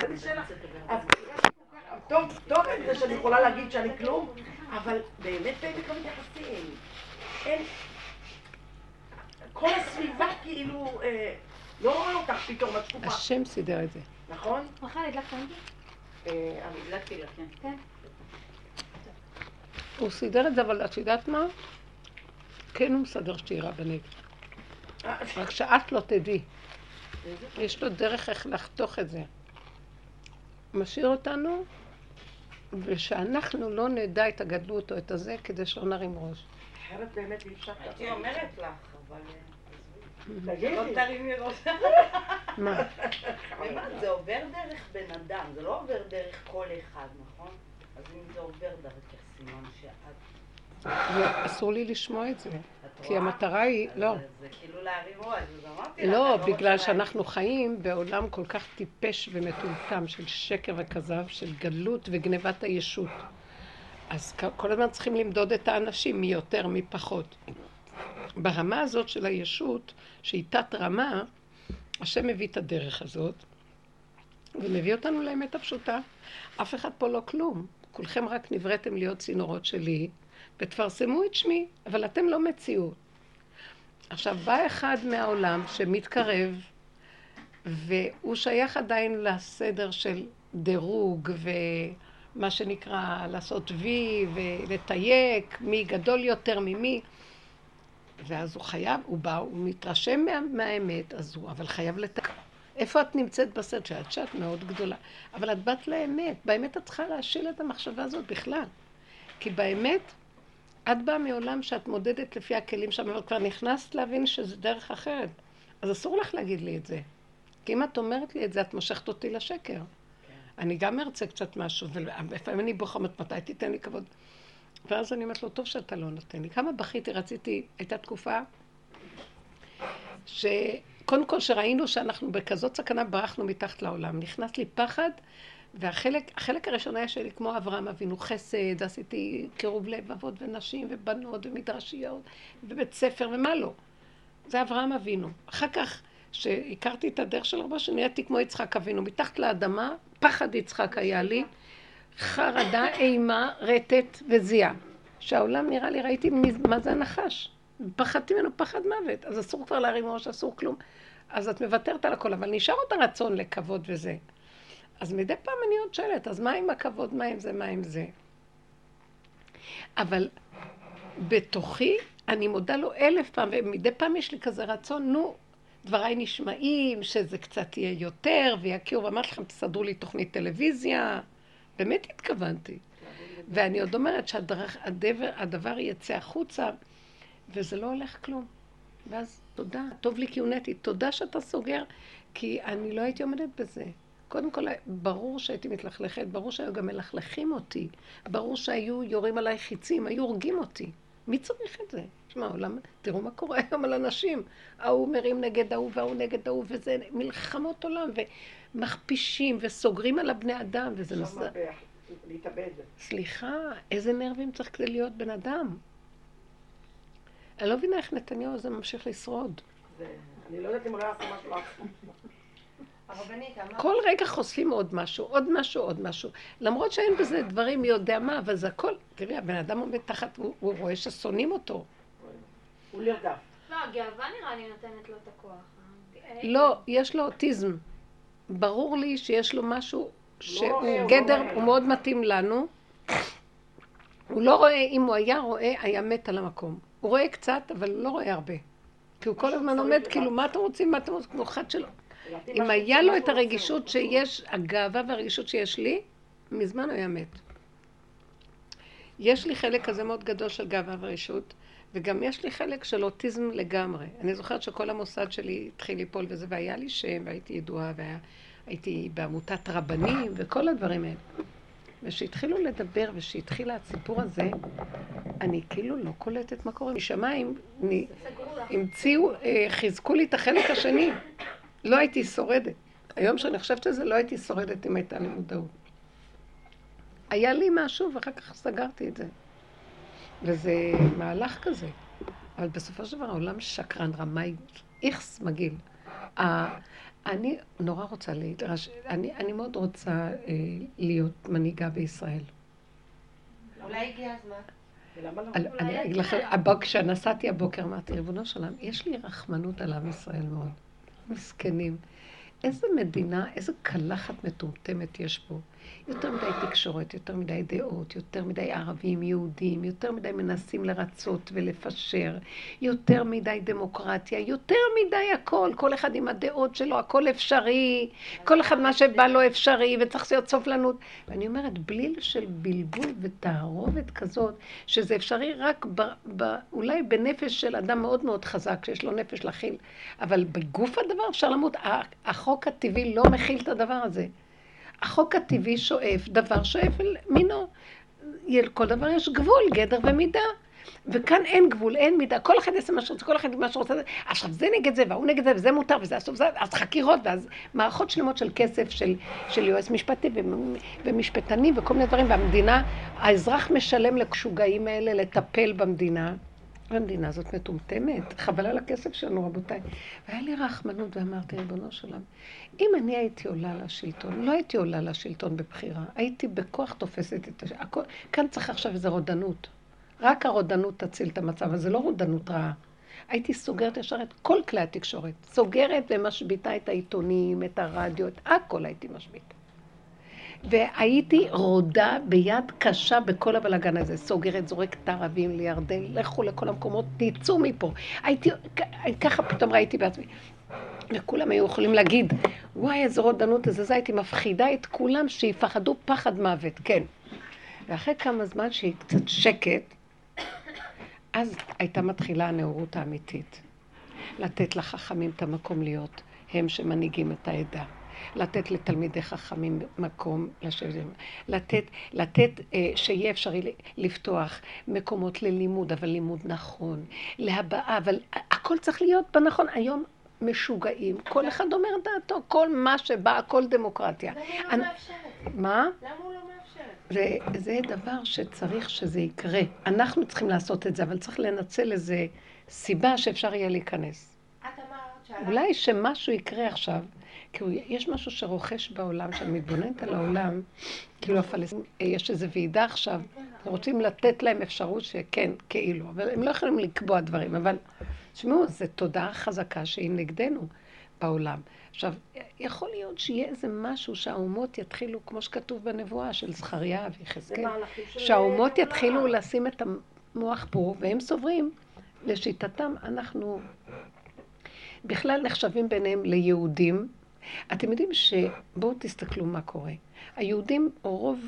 איזה שאלה. טוב את זה שאני יכולה להגיד שאני כלום, אבל באמת לא מתייחסים. אין... כל הסביבה כאילו... לא רואה אותך פתאום, את שקופה. השם סידר את זה. נכון? מחר הדלקת אותי? אני הדלקתי לה, כן. כן. הוא סידר את זה, אבל את יודעת מה? כן הוא מסדר שתהיי רבנית. רק שאת לא תדעי. יש לו דרך איך לחתוך את זה. משאיר אותנו, ושאנחנו לא נדע את הגדלות או את הזה, כדי שלא נרים ראש. אחרת באמת אי אפשר. הייתי אומרת לך, אבל... תגידי. לא תרימי ראש. מה? זה עובר דרך בן אדם, זה לא עובר דרך כל אחד, נכון? אז אם זה עובר דרכך, סימן שאת... אסור לי לשמוע את זה. כי המטרה היא... לא. זה כאילו להרים ראש, אז אמרתי לך... לא, בגלל שאנחנו חיים בעולם כל כך טיפש ומטומטם של שקר וכזב, של גלות וגנבת הישות. אז כל הזמן צריכים למדוד את האנשים, מי יותר, מי פחות. ברמה הזאת של הישות, שהיא תת רמה, השם מביא את הדרך הזאת, ומביא אותנו לאמת הפשוטה. אף אחד פה לא כלום. כולכם רק נבראתם להיות צינורות שלי, ותפרסמו את שמי, אבל אתם לא מציאות. עכשיו, בא אחד מהעולם שמתקרב, והוא שייך עדיין לסדר של דירוג, ומה שנקרא לעשות וי, ולתייק מי גדול יותר ממי. ואז הוא חייב, הוא בא, הוא מתרשם מהאמת, אז הוא אבל חייב לתקן. איפה את נמצאת בסדר? שאת מאוד גדולה. אבל את באת לאמת. באמת את צריכה להשיל את המחשבה הזאת בכלל. כי באמת, את באה מעולם שאת מודדת לפי הכלים שם, אבל כבר נכנסת להבין שזה דרך אחרת. אז אסור לך להגיד לי את זה. כי אם את אומרת לי את זה, את מושכת אותי לשקר. אני גם ארצה קצת משהו, ולפעמים אני בוחמת, מתי תיתן לי כבוד? ואז אני אומרת לו, טוב שאתה לא נותן לי. כמה בכיתי, רציתי, הייתה תקופה שקודם כל שראינו שאנחנו בכזאת סכנה ברחנו מתחת לעולם. נכנס לי פחד, והחלק הראשון היה שלי כמו אברהם אבינו, חסד, עשיתי קירוב לב אבות ונשים ובנות ומדרשיות ובית ספר ומה לא. זה אברהם אבינו. אחר כך שהכרתי את הדרך של רבו, שנהייתי כמו יצחק אבינו, מתחת לאדמה, פחד יצחק היה לי, חרדה, אימה, רטט וזיעה. שהעולם נראה לי, ראיתי מה זה הנחש. פחדתי ממנו פחד מוות, אז אסור כבר להרים ראש, אסור כלום. אז את מוותרת על הכל, אבל נשאר אותה רצון לכבוד וזה. אז מדי פעם אני עוד שואלת, אז מה עם הכבוד, מה עם זה, מה עם זה? אבל בתוכי אני מודה לו 1000 פעם, ומדי פעם יש לי כזה רצון, נו, דבריי נשמעים, שזה קצת יהיה יותר, ויכירו, ואמרתי לכם, תסדרו לי תוכנית טלוויזיה. באמת התכוונתי. ואני עוד אומרת שהדבר יצא החוצה, וזה לא הולך כלום. ואז תודה, טוב לי כי הונאתי, תודה שאתה סוגר, כי אני לא הייתי עומדת בזה. קודם כל, ברור שהייתי מתלכלכת, ברור שהיו גם מלכלכים אותי, ברור שהיו יורים עליי חיצים, היו הורגים אותי. מי צריך את זה? תשמע, עולם, תראו מה קורה היום על אנשים. ההוא מרים נגד ההוא וההוא נגד ההוא, וזה מלחמות עולם, ומכפישים וסוגרים על הבני אדם, וזה נושא. להתאבד. סליחה, איזה נרבים צריך כדי להיות בן אדם? אני לא מבינה איך נתניהו הזה ממשיך לשרוד. אני לא יודעת אם הוא לא יעשה משהו לעצמו. כל רגע חושפים עוד משהו, עוד משהו, עוד משהו. למרות שאין בזה דברים מי יודע מה, אבל זה הכל. תראי, הבן אדם עומד תחת, הוא רואה ששונאים אותו. הוא נרדף. לא, הגאווה נראה לי נותנת לו את הכוח. לא, יש לו אוטיזם. ברור לי שיש לו משהו שהוא גדר, הוא מאוד מתאים לנו. הוא לא רואה, אם הוא היה רואה, היה מת על המקום. הוא רואה קצת, אבל הוא לא רואה הרבה. כי הוא כל הזמן עומד, כאילו, מה אתם רוצים, מה אתם רוצים, כמו אחד שלו. אם היה לו את הרגישות שיש, הגאווה והרגישות שיש לי, מזמן הוא היה מת. יש לי חלק כזה מאוד גדול של גאווה ורגישות, וגם יש לי חלק של אוטיזם לגמרי. אני זוכרת שכל המוסד שלי התחיל ליפול וזה, והיה לי שם, והייתי ידועה, והייתי בעמותת רבנים, וכל הדברים האלה. ושהתחילו לדבר, ושהתחילה הסיפור הזה, אני כאילו לא קולטת מה קורה. משמיים, המציאו, חיזקו לי את החלק השני. לא הייתי שורדת. היום שאני חושבת על זה, לא הייתי שורדת אם הייתה לי מודעות. היה לי משהו, ואחר כך סגרתי את זה. וזה מהלך כזה. אבל בסופו של דבר, העולם שקרן, רמאי, איכס מגעיל. אני נורא רוצה אני מאוד רוצה להיות מנהיגה בישראל. אולי הגיע הזמן. ולמה לא? אני אגיד לכם, כשנסעתי הבוקר, אמרתי, ריבונו של עולם, יש לי רחמנות על עם ישראל מאוד. מסכנים. איזה מדינה, איזה קלחת מטומטמת יש פה. יותר מדי תקשורת, יותר מדי דעות, יותר מדי ערבים, יהודים, יותר מדי מנסים לרצות ולפשר, יותר מדי דמוקרטיה, יותר מדי הכל, כל אחד עם הדעות שלו, הכל אפשרי, כל אחד מה שבא לו אפשרי, וצריך להיות סובלנות. ואני אומרת, בליל של בלבול ותערובת כזאת, שזה אפשרי רק אולי בנפש של אדם מאוד מאוד חזק, שיש לו נפש להכיל, אבל בגוף הדבר אפשר למות. החוק הטבעי לא מכיל את הדבר הזה. החוק הטבעי שואף, דבר שואף אל מינו. כל דבר יש גבול, גדר ומידה. וכאן אין גבול, אין מידה. כל אחד יעשה מה שרוצה, כל אחד מה שרוצה. עכשיו זה נגד זה, והוא נגד זה, וזה מותר, וזה אסור, אז חקירות, ואז מערכות שלמות של כסף, של יועץ משפטי ומשפטנים וכל מיני דברים. והמדינה, האזרח משלם לשוגעים האלה לטפל במדינה. המדינה הזאת מטומטמת, חבל על הכסף שלנו, רבותיי. והיה לי רחמנות ואמרתי, ריבונו של עולם, אם אני הייתי עולה לשלטון, לא הייתי עולה לשלטון בבחירה, הייתי בכוח תופסת את הכל. כאן צריך עכשיו איזו רודנות. רק הרודנות תציל את המצב, אבל זה לא רודנות רעה. הייתי סוגרת ישר את כל כלי התקשורת. סוגרת ומשביתה את העיתונים, את הרדיו, את הכל הייתי משביתה. והייתי רודה ביד קשה בכל הבלגן הזה, סוגרת, זורקת ערבים לירדן, לכו לכל המקומות, תצאו מפה. הייתי, ככה פתאום ראיתי בעצמי. וכולם היו יכולים להגיד, וואי, איזו רודנות הזה, הייתי מפחידה את כולם שיפחדו פחד מוות, כן. ואחרי כמה זמן שהיא קצת שקט, אז הייתה מתחילה הנאורות האמיתית. לתת לחכמים את המקום להיות, הם שמנהיגים את העדה. לתת לתלמידי חכמים מקום לשבת, לתת שיהיה אפשרי לפתוח מקומות ללימוד, אבל לימוד נכון, להבאה, אבל הכל צריך להיות בנכון. היום משוגעים, כל אחד אומר דעתו, כל מה שבא, הכל דמוקרטיה. למה הוא לא מאפשרת? מה? למה הוא לא מאפשרת? זה דבר שצריך שזה יקרה. אנחנו צריכים לעשות את זה, אבל צריך לנצל איזה סיבה שאפשר יהיה להיכנס. את אמרת שהלכת... אולי שמשהו יקרה עכשיו, כי יש משהו שרוכש בעולם, שאני מתבוננת על העולם, כאילו הפלסטינים, יש איזו ועידה עכשיו, רוצים לתת להם אפשרות שכן, כאילו, אבל הם לא יכולים לקבוע דברים, אבל תשמעו, זו תודעה חזקה שהיא נגדנו בעולם. עכשיו, יכול להיות שיהיה איזה משהו שהאומות יתחילו, כמו שכתוב בנבואה של זכריה ויחזקאל, שהאומות יתחילו לשים את המוח פה, והם סוברים, לשיטתם אנחנו בכלל נחשבים ביניהם ליהודים. אתם יודעים שבואו תסתכלו מה קורה. היהודים רוב,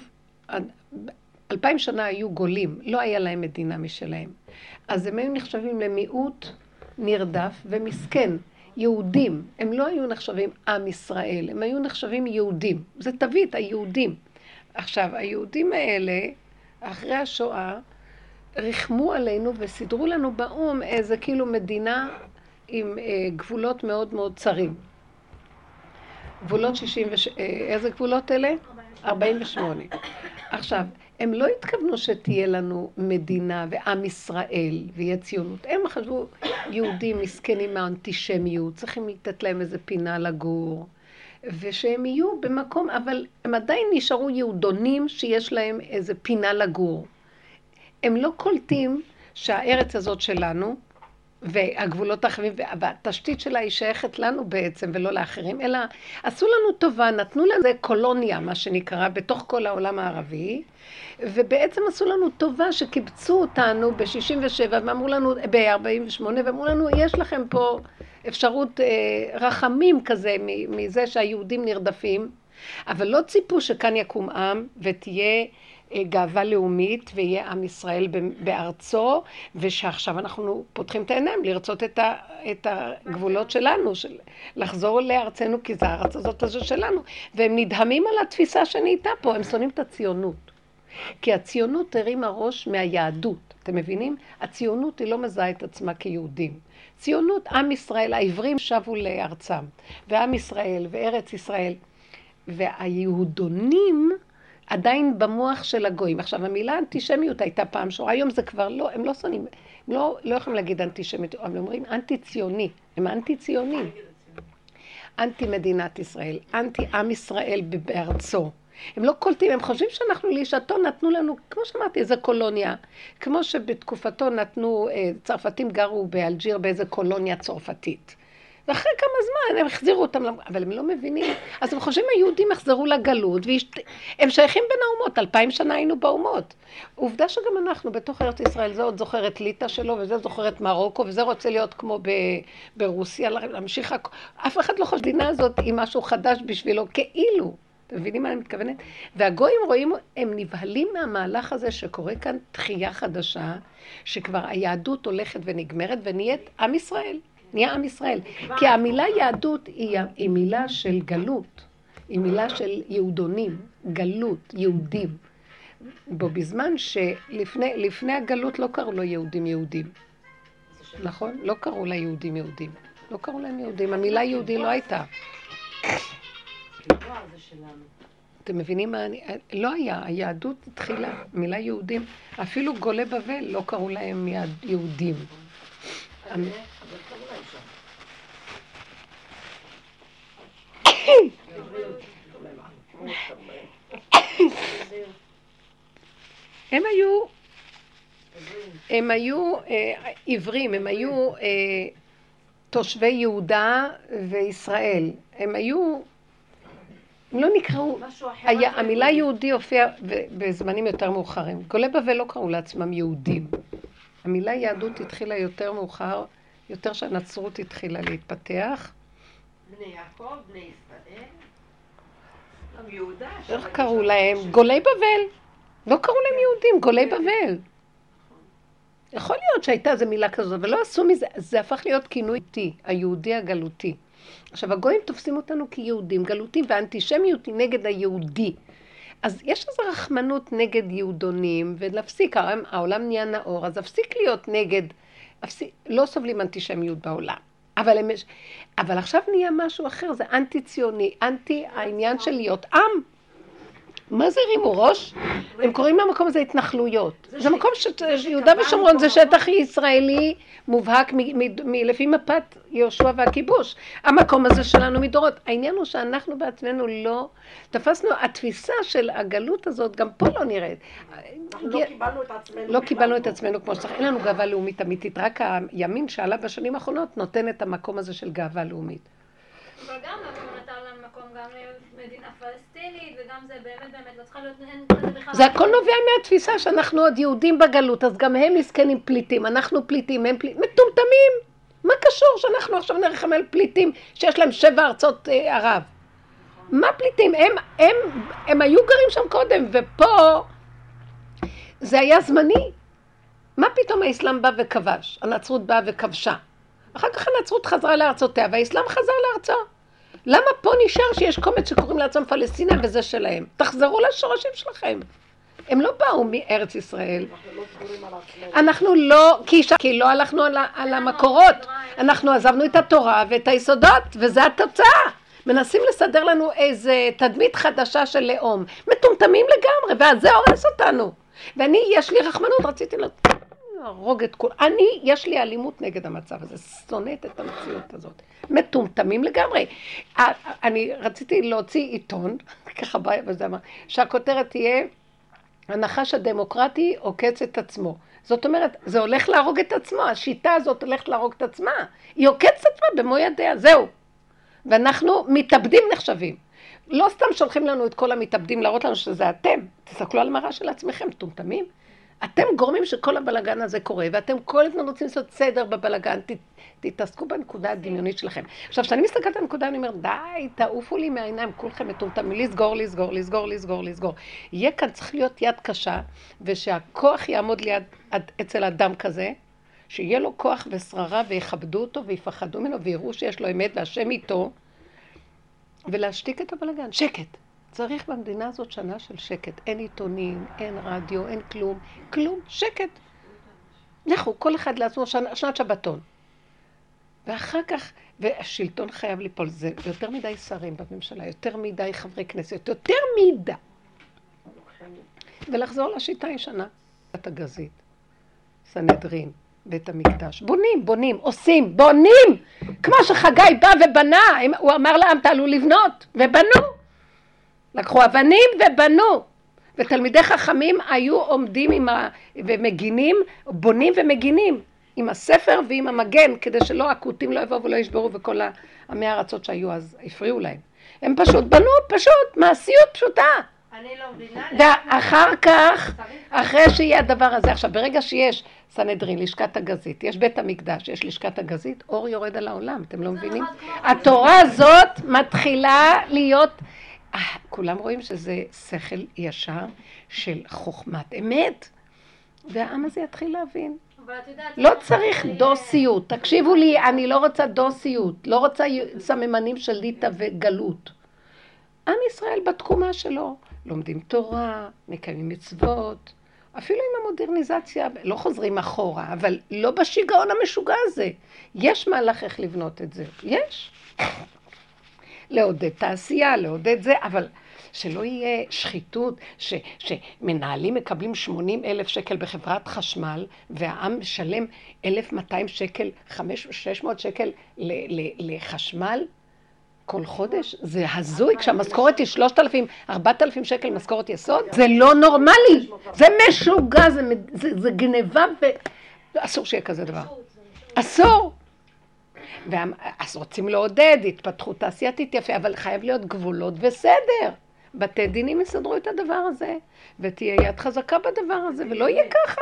2000 שנה היו גולים, לא היה להם מדינה משלהם. אז הם היו נחשבים למיעוט נרדף ומסכן. יהודים, הם לא היו נחשבים עם ישראל, הם היו נחשבים יהודים. זה תווית, היהודים. עכשיו, היהודים האלה, אחרי השואה, רחמו עלינו וסידרו לנו באום איזה כאילו מדינה עם גבולות מאוד מאוד צרים. גבולות 66, איזה גבולות אלה? 48. עכשיו, הם לא התכוונו שתהיה לנו מדינה ועם ישראל ויהיה ציונות. הם חשבו יהודים מסכנים מהאנטישמיות, צריכים לתת להם איזה פינה לגור, ושהם יהיו במקום, אבל הם עדיין נשארו יהודונים שיש להם איזה פינה לגור. הם לא קולטים שהארץ הזאת שלנו, והגבולות האחרים, והתשתית שלה היא שייכת לנו בעצם ולא לאחרים, אלא עשו לנו טובה, נתנו לזה קולוניה, מה שנקרא, בתוך כל העולם הערבי, ובעצם עשו לנו טובה שקיבצו אותנו ב-67 ואמרו לנו, ב-48, ואמרו לנו, יש לכם פה אפשרות רחמים כזה מזה שהיהודים נרדפים, אבל לא ציפו שכאן יקום עם ותהיה גאווה לאומית ויהיה עם ישראל בארצו, ושעכשיו אנחנו פותחים את העיניים לרצות את הגבולות שלנו, לחזור לארצנו, כי זה הארץ הזאת הזו שלנו, והם נדהמים על התפיסה שנהייתה פה, הם שונאים את הציונות. כי הציונות הרימה ראש מהיהדות, אתם מבינים? הציונות היא לא מזהה את עצמה כיהודים. ציונות, עם ישראל, העברים שבו לארצם, ועם ישראל וארץ ישראל, והיהודונים עדיין במוח של הגויים. עכשיו, המילה אנטישמיות הייתה פעם שורה, היום זה כבר לא, הם לא שונאים, הם לא יכולים להגיד אנטישמיות, הם אומרים אנטי-ציוני, הם אנטי-ציונים. אנטי מדינת ישראל, אנטי עם ישראל בארצו. הם לא קולטים, הם חושבים שאנחנו לישתו נתנו לנו, כמו שאמרתי, איזה קולוניה. כמו שבתקופתו נתנו, צרפתים גרו באלג'יר באיזה קולוניה צרפתית. ואחרי כמה זמן הם החזירו אותם, אבל הם לא מבינים. אז הם חושבים היהודים יחזרו לגלות, והם שייכים בין האומות, 2000 שנה היינו באומות. עובדה שגם אנחנו בתוך ארץ ישראל, זה עוד זוכר את ליטא שלו, וזה זוכר את מרוקו, וזה רוצה להיות כמו ברוסיה, להמשיך, אף אחד לא חושב שהמדינה הזאת היא משהו חדש בשבילו, כאילו. אתם מבינים מה אני מתכוונת? והגויים רואים, הם נבהלים מהמהלך הזה שקורה כאן תחייה חדשה, שכבר היהדות הולכת ונגמרת ונהיית עם ישראל. נהיה עם ישראל. כי המילה יהדות היא מילה של גלות, היא מילה של יהודונים, גלות, יהודים. בו בזמן שלפני הגלות לא קראו לו יהודים. נכון? לא קראו לה יהודים. לא קראו להם יהודים. המילה יהודי לא הייתה. אתם מבינים מה אני... לא היה, היהדות התחילה, מילה יהודים, אפילו גולי בבל לא קראו להם יהודים. הם היו עברים, הם היו תושבי יהודה וישראל. הם לא נקראו, המילה יהודי הופיעה בזמנים יותר מאוחרים. גולי בבל לא קראו לעצמם יהודים. המילה יהדות התחילה יותר מאוחר, יותר שהנצרות התחילה להתפתח. בני יעקב, בני ישראל. גם יהודה. איך קראו להם? גולי בבל. לא קראו להם יהודים, גולי בבל. יכול להיות שהייתה איזו מילה כזו, אבל לא עשו מזה, זה הפך להיות כינוי היהודי הגלותי. עכשיו, הגויים תופסים אותנו כיהודים גלותים, והאנטישמיות היא נגד היהודי. אז יש איזו רחמנות נגד יהודונים, ולהפסיק, העולם נהיה נאור, אז הפסיק להיות נגד, לא סובלים אנטישמיות בעולם. אבל עכשיו נהיה משהו אחר, זה אנטי-ציוני, אנטי העניין של להיות עם. מה זה הרימו ראש? הם קוראים מהמקום הזה התנחלויות. זה מקום שיהודה ושומרון זה שטח ישראלי מובהק לפי מפת יהושע והכיבוש. המקום הזה שלנו מדורות. העניין הוא שאנחנו בעצמנו לא תפסנו, התפיסה של הגלות הזאת גם פה לא נראית. אנחנו לא קיבלנו את עצמנו. לא קיבלנו את עצמנו כמו שצריך. אין לנו גאווה לאומית אמיתית. רק הימין שעלה בשנים האחרונות נותן את המקום הזה של גאווה לאומית. אבל גם הוא נתן לנו מקום גם למדינה פלסטינית, וגם זה באמת לא צריכה להיות... זה הכל נובע מהתפיסה שאנחנו עוד יהודים בגלות, אז גם הם מסכנים פליטים, אנחנו פליטים, הם פליטים, מטומטמים. מה קשור שאנחנו עכשיו נרחם על פליטים שיש להם 7 ארצות ערב? מה פליטים? הם היו גרים שם קודם, ופה זה היה זמני. מה פתאום האסלאם בא וכבש? הנצרות באה וכבשה. אחר כך הנצרות חזרה לארצותיה, והאסלאם חזר לארצו. למה פה נשאר שיש קומץ שקוראים לעצמם פלסטינה וזה שלהם? תחזרו לשורשים שלכם. הם לא באו מארץ ישראל. אנחנו לא, כי לא הלכנו על המקורות. אנחנו עזבנו את התורה ואת היסודות, וזה התוצאה. מנסים לסדר לנו איזה תדמית חדשה של לאום. מטומטמים לגמרי, ואז זה הורס אותנו. ואני, יש לי רחמנות, רציתי להרוג את כל... יש לי אלימות נגד המצב הזה, שונאת את המציאות הזאת. מטומטמים לגמרי. אני רציתי להוציא עיתון, ככה בא, וזה אמר, שהכותרת תהיה, הנחש הדמוקרטי עוקץ את עצמו. זאת אומרת, זה הולך להרוג את עצמו, השיטה הזאת הולכת להרוג את עצמה. היא עוקצת את עצמה במו ידיה, זהו. ואנחנו מתאבדים נחשבים. לא סתם שולחים לנו את כל המתאבדים להראות לנו שזה אתם. תסתכלו על מראה של עצמכם, מטומטמים. אתם גורמים שכל הבלגן הזה קורה, ואתם כל הזמן רוצים לעשות סדר בבלגן, תתעסקו בנקודה הדמיונית שלכם. עכשיו, כשאני מסתכלת על הנקודה, אני אומר, די, תעופו לי מהעיניים, כולכם מטומטמים, לסגור. יהיה כאן צריך להיות יד קשה, ושהכוח יעמוד אצל אדם כזה, שיהיה לו כוח ושררה, ויכבדו אותו, ויפחדו ממנו, ויראו שיש לו אמת, והשם איתו, ולהשתיק את הבלגן. שקט. צריך במדינה הזאת שנה של שקט. אין עיתונים, אין רדיו, אין כלום, שקט. לכו, כל אחד לעצמו שנת שבתון. ואחר כך, והשלטון חייב ליפול, זה יותר מדי שרים בממשלה, יותר מדי חברי כנסת, יותר מדי. ולחזור לשיטה ישנה. את הגזית, סנהדרין, בית המקדש. בונים, עושים, בונים! כמו שחגי בא ובנה, הוא אמר להם תעלו לבנות, ובנו. לקחו אבנים ובנו. ותלמידי חכמים היו עומדים ומגינים, בונים ומגינים, עם הספר ועם המגן, כדי שלא הכותים לא יבואו ולא ישברו, וכל עמי הארצות שהיו אז הפריעו להם. הם פשוט בנו, פשוט, מעשיות פשוטה. אני לא מבינה. ואחר כך, אחרי שיהיה הדבר הזה, עכשיו ברגע שיש סנהדרין, לשכת הגזית, יש בית המקדש, יש לשכת הגזית, אור יורד על העולם, אתם לא מבינים? התורה הזאת מתחילה להיות, כולם רואים שזה שכל ישר של חוכמת אמת, והעם הזה יתחיל להבין. לא צריך דוסיות, תקשיבו לי, אני לא רוצה דוסיות, לא רוצה סממנים של ליטה וגלות. עם ישראל בתקומה שלו, לומדים תורה, מקיימים מצוות, אפילו עם המודרניזציה, לא חוזרים אחורה, אבל לא בשיגעון המשוגע הזה. יש מהלך איך לבנות את זה, יש. לעודד תעשייה, לעודד זה, אבל שלא יהיה שחיתות, שמנהלים מקבלים 80,000 שקל בחברת חשמל, והעם משלם 1,200 שקל, 600 שקל לחשמל כל חודש. זה הזוי, כשהמשכורת היא 3,000, 4,000 שקל משכורת יסוד, זה לא נורמלי, זה משוגע, זה גניבה, ואסור שיהיה כזה דבר. אסור. אז רוצים לעודד, התפתחות תעשייתית יפה, אבל חייב להיות גבולות וסדר. בתי דינים יסדרו את הדבר הזה, ותהיה יד חזקה בדבר הזה, ולא יהיה ככה.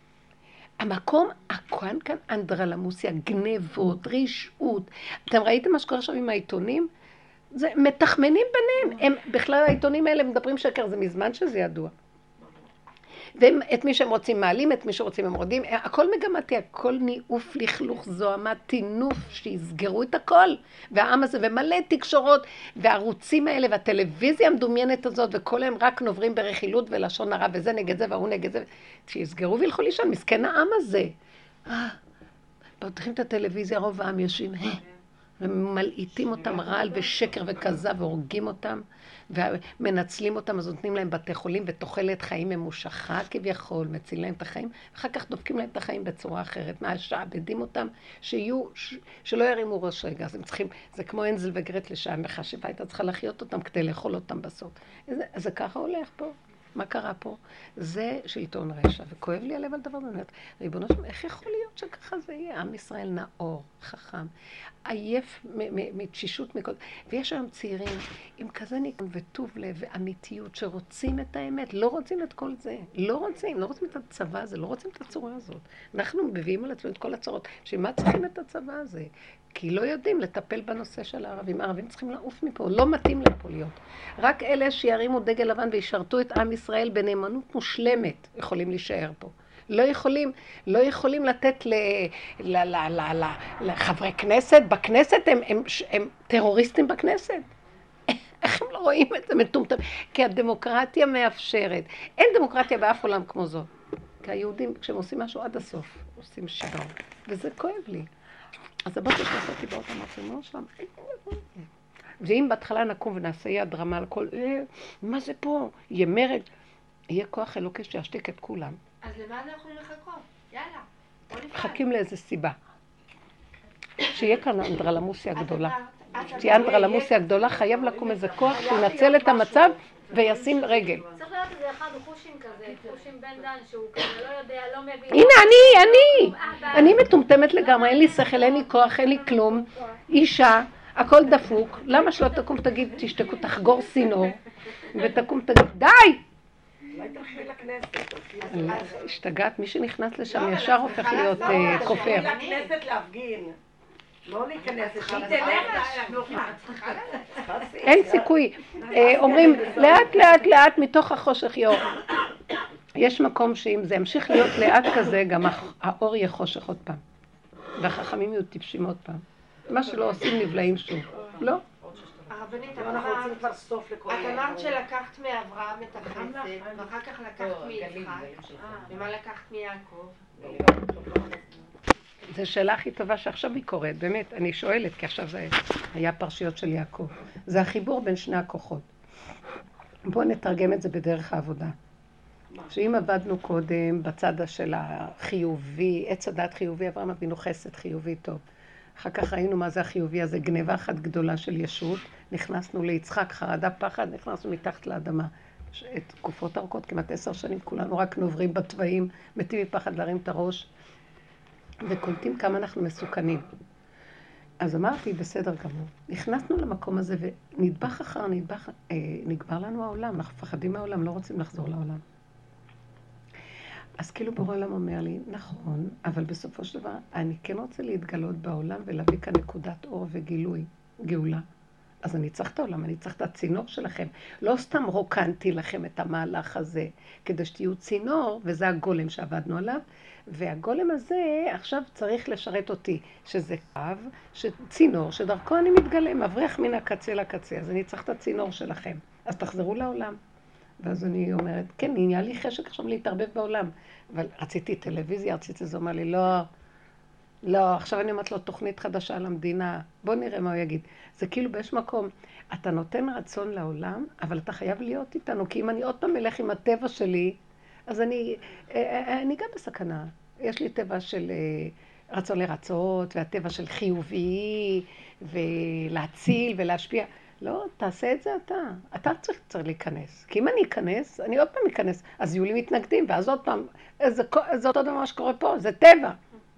המקום, הכהן כאן אנדרלמוסיה, גנבות, רשעות. אתם ראיתם מה שקורה עכשיו עם העיתונים? זה מתחמנים ביניהם. הם, בכלל העיתונים האלה מדברים שקר, זה מזמן שזה ידוע. ואת מי שהם רוצים מעלים, את מי שרוצים הם מורדים, הכל מגמתי, הכל ניאוף, לכלוך, זוהמה, טינוף, שיסגרו את הכל. והעם הזה, ומלא תקשורות, והערוצים האלה, והטלוויזיה המדומיינת הזאת, וכל הם רק נוברים ברכילות ולשון הרע, וזה נגד זה, והוא נגד זה, שיסגרו וילכו לישון, מסכן העם הזה. פותחים את הטלוויזיה, רוב העם יושבים, ומלעיטים אותם רעל ושקר וכזב, והורגים אותם, ומנצלים אותם, אז נותנים להם בתי חולים ותוחלת חיים ממושכה כביכול, מצילים להם את החיים, אחר כך דופקים להם את החיים בצורה אחרת, משעבדים אותם, שלא ירימו ראש רגע, אז הם צריכים, זה כמו אנזל וגרטל שהמחשבה הייתה צריכה להחיות אותם כדי לאכול אותם בסוף. אז זה ככה הולך פה. מה קרה פה? זה שלטון רשע, וכואב לי הלב על דבר הזה. ריבונו שם, איך יכול להיות שככה זה יהיה? עם ישראל נאור, חכם, עייף מתשישות מכל... ויש היום צעירים עם כזה ניקיון וטוב לב ואמיתיות שרוצים את האמת, לא רוצים את כל זה, לא רוצים את הצבא הזה, לא רוצים את הצורה הזאת. אנחנו מביאים על עצמנו את כל הצרות, שמה צריכים את הצבא הזה? כי לא יודעים לטפל בנושא של הערבים. הערבים צריכים לעוף מפה, לא מתאים להם פה להיות. רק אלה שירימו דגל לבן וישרתו את עם ישראל בנאמנות מושלמת יכולים להישאר פה. לא יכולים לתת לחברי כנסת, בכנסת הם טרוריסטים בכנסת. איך הם לא רואים את זה מטומטם? כי הדמוקרטיה מאפשרת. אין דמוקרטיה באף עולם כמו זו. כי היהודים, כשהם עושים משהו עד הסוף, עושים שיגעון. וזה כואב לי. אז הבוקר שעשיתי באותה מצלמה שם, ואם בהתחלה נקום ונעשה יד רמה על כל, מה זה פה? יהיה מרד, יהיה כוח אלוקי שישתיק את כולם. אז למה אנחנו יכולים לחכות? יאללה, בוא נפעל. חכים לאיזה סיבה. שיהיה כאן אנדרלמוסיה גדולה. שתהיה אנדרלמוסיה גדולה, חייב לקום איזה כוח שינצל את המצב וישים רגל. צריך להיות איזה אחד חושים כזה, חושים בן דן שהוא כזה לא יודע, לא מבין. הנה, אני מטומטמת לגמרי, אין לי שכל, אין לי כוח, אין לי כלום. אישה, הכל דפוק, למה שלא תקום תגיד, תשתקו, תחגור סינור, ותקום תגיד, די! אולי תלכי לכנסת. השתגעת, מי שנכנס לשם ישר הופך להיות כופר. לכנסת להפגין. לא להיכנס לשם. אין סיכוי. אומרים, לאט מתוך החושך יאור. יש מקום שאם זה ימשיך להיות לאט כזה, גם האור יהיה חושך עוד פעם. והחכמים יהיו טיפשים עוד פעם. מה שלא עושים נבלעים שוב. לא? הרבנית, אנחנו רוצים כבר סוף לכל... את אמרת שלקחת מאברהם את החסד, ואחר כך לקחת מיצחק, ומה לקחת מיעקב? זו שאלה הכי טובה שעכשיו היא קורית, באמת, אני שואלת, כי עכשיו זה היה פרשיות של יעקב. זה החיבור בין שני הכוחות. בואו נתרגם את זה בדרך העבודה. שאם עבדנו קודם בצד של החיובי, עץ הדת חיובי, אברהם אבינו חסד חיובי טוב. אחר כך ראינו מה זה החיובי הזה, גניבה אחת גדולה של ישות, נכנסנו ליצחק, חרדה, פחד, נכנסנו מתחת לאדמה. את תקופות ארוכות, כמעט 10 שנים, כולנו רק נוברים בטבעים, מתים מפחד להרים את הראש, וקולטים כמה אנחנו מסוכנים. אז אמרתי, בסדר גמור. נכנסנו למקום הזה, ונדבך אחר נדבך, נגבר לנו העולם, אנחנו מפחדים מהעולם, לא רוצים לחזור לעולם. אז כאילו בורא עולם אומר לי, נכון, אבל בסופו של דבר, אני כן רוצה להתגלות בעולם, ולהביא כאן נקודת אור וגילוי, גאולה. אז אני צריך את העולם, אני צריך את הצינור שלכם. לא סתם רוקנתי לכם את המהלך הזה, כדי שתהיו צינור, וזה הגולם שעבדנו עליו, והגולם הזה עכשיו צריך לשרת אותי, שזה קו, צינור, שדרכו אני מתגלה, מבריח מן הקצה לקצה, אז אני צריך את הצינור שלכם. אז תחזרו לעולם. ואז אני אומרת, כן, נהיה לי חשק עכשיו להתערבב בעולם, אבל רציתי טלוויזיה, רציתי זה, אומר לי, לא, עכשיו אני אומרת לו תוכנית חדשה על המדינה, בוא נראה מה הוא יגיד. זה כאילו באיש מקום, אתה נותן רצון לעולם, אבל אתה חייב להיות איתנו, כי אם אני עוד פעם אלך עם הטבע שלי, אז אני גם בסכנה. יש לי טבע של רצון לרצות, והטבע של חיובי, ולהציל ולהשפיע. לא, תעשה את זה אתה צריך להיכנס. כי אם אני אכנס, אני עוד פעם אכנס, אז יהיו לי מתנגדים, ואז עוד פעם, זה אותו דבר שקורה פה, זה טבע.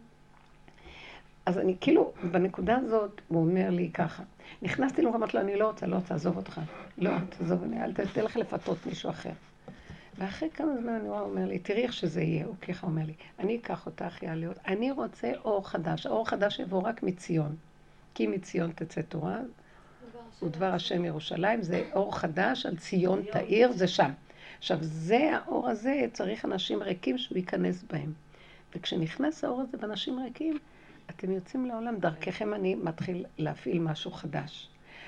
אז אני כאילו, בנקודה הזאת, הוא אומר לי ככה, נכנסתי לו, אמרתי לו, אני לא רוצה, עזוב אותך. לא, תעזוב, אל תלך לפתות מישהו אחר. ואחרי כמה זמן אני אומר לי, תראי איך שזה יהיה, הוא ככה אומר לי, אני אקח אותך, יעלה אותך, אני רוצה אור חדש, האור חדש יבוא רק מציון, כי מציון תצא תורה, ודבר השם ירושלים, זה אור חדש על ציון תאיר, זה שם. עכשיו, זה האור הזה, צריך אנשים ריקים שהוא ייכנס בהם. וכשנכנס האור הזה באנשים ריקים, אתם יוצאים לעולם, דרככם אני מתחיל להפעיל משהו חדש.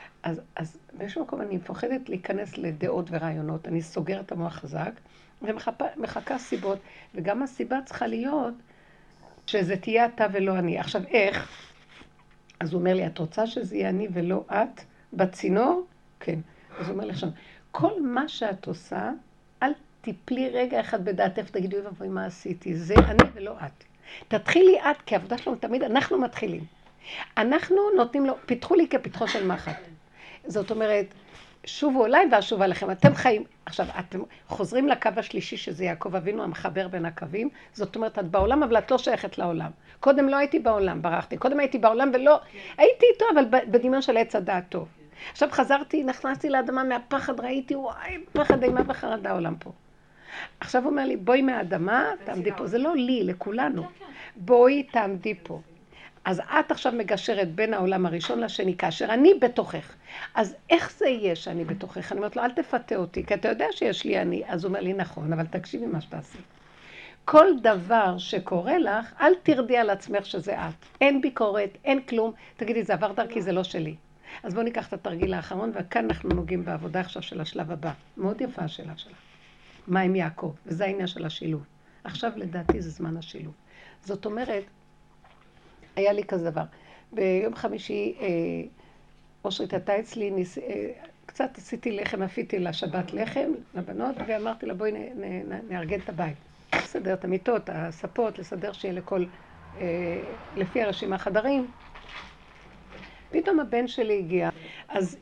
אז באיזשהו מקום אני מפוחדת להיכנס לדעות ורעיונות, אני סוגרת את המוח חזק, ומחכה סיבות, וגם הסיבה צריכה להיות שזה תהיה אתה ולא אני. עכשיו, איך? אז הוא אומר לי, את רוצה שזה יהיה אני ולא את בצינור? כן. אז הוא אומר לי עכשיו, כל מה שאת עושה, אל תיפלי רגע אחד בדעתך, תגידו, אוי, מה עשיתי? זה אני ולא את. תתחילי את, כי העבודה שלנו תמיד, אנחנו מתחילים. אנחנו נותנים לו, פיתחו לי כפיתחו של מחט. זאת אומרת, שובו אליי ואשובה לכם. אתם חיים, עכשיו, אתם חוזרים לקו השלישי, שזה יעקב אבינו, המחבר בין הקווים. זאת אומרת, את בעולם, אבל את לא שייכת לעולם. קודם לא הייתי בעולם, ברחתי. קודם הייתי בעולם ולא, הייתי איתו, אבל בדמיון של עץ הדעת טוב. עכשיו חזרתי, נכנסתי לאדמה מהפחד, ראיתי, וואי, פחד אימה וחרדה העולם פה. עכשיו הוא אומר לי, בואי מהאדמה, תעמדי פה. זה לא לי, לכולנו. בואי, תעמדי פה. אז את עכשיו מגשרת בין העולם הראשון לשני, כאשר אני בתוכך. אז איך זה יהיה שאני בתוכך? אני אומרת לו, אל תפתה אותי, כי אתה יודע שיש לי אני. אז הוא אומר לי, נכון, אבל תקשיבי מה שתעשי. כל דבר שקורה לך, אל תרדי על עצמך שזה את. אין ביקורת, אין כלום. תגידי, זה עבר דרכי, זה לא שלי. אז בואו ניקח את התרגיל האחרון, וכאן אנחנו נוגעים בעבודה עכשיו של השלב הבא. מאוד יפה השאלה שלה. מה עם יעקב? וזה העניין של השילוב. עכשיו לדעתי זה זמן השילוב. זאת אומרת, היה לי כזה דבר. ביום חמישי, אושרית הייתה אצלי, קצת עשיתי לחם, עפיתי לשבת לחם, לבנות, ואמרתי לה, בואי נארגן את הבית. לסדר את המיטות, הספות, לסדר שיהיה לכל, לפי הרשימה חדרים. פתאום הבן שלי הגיע, אז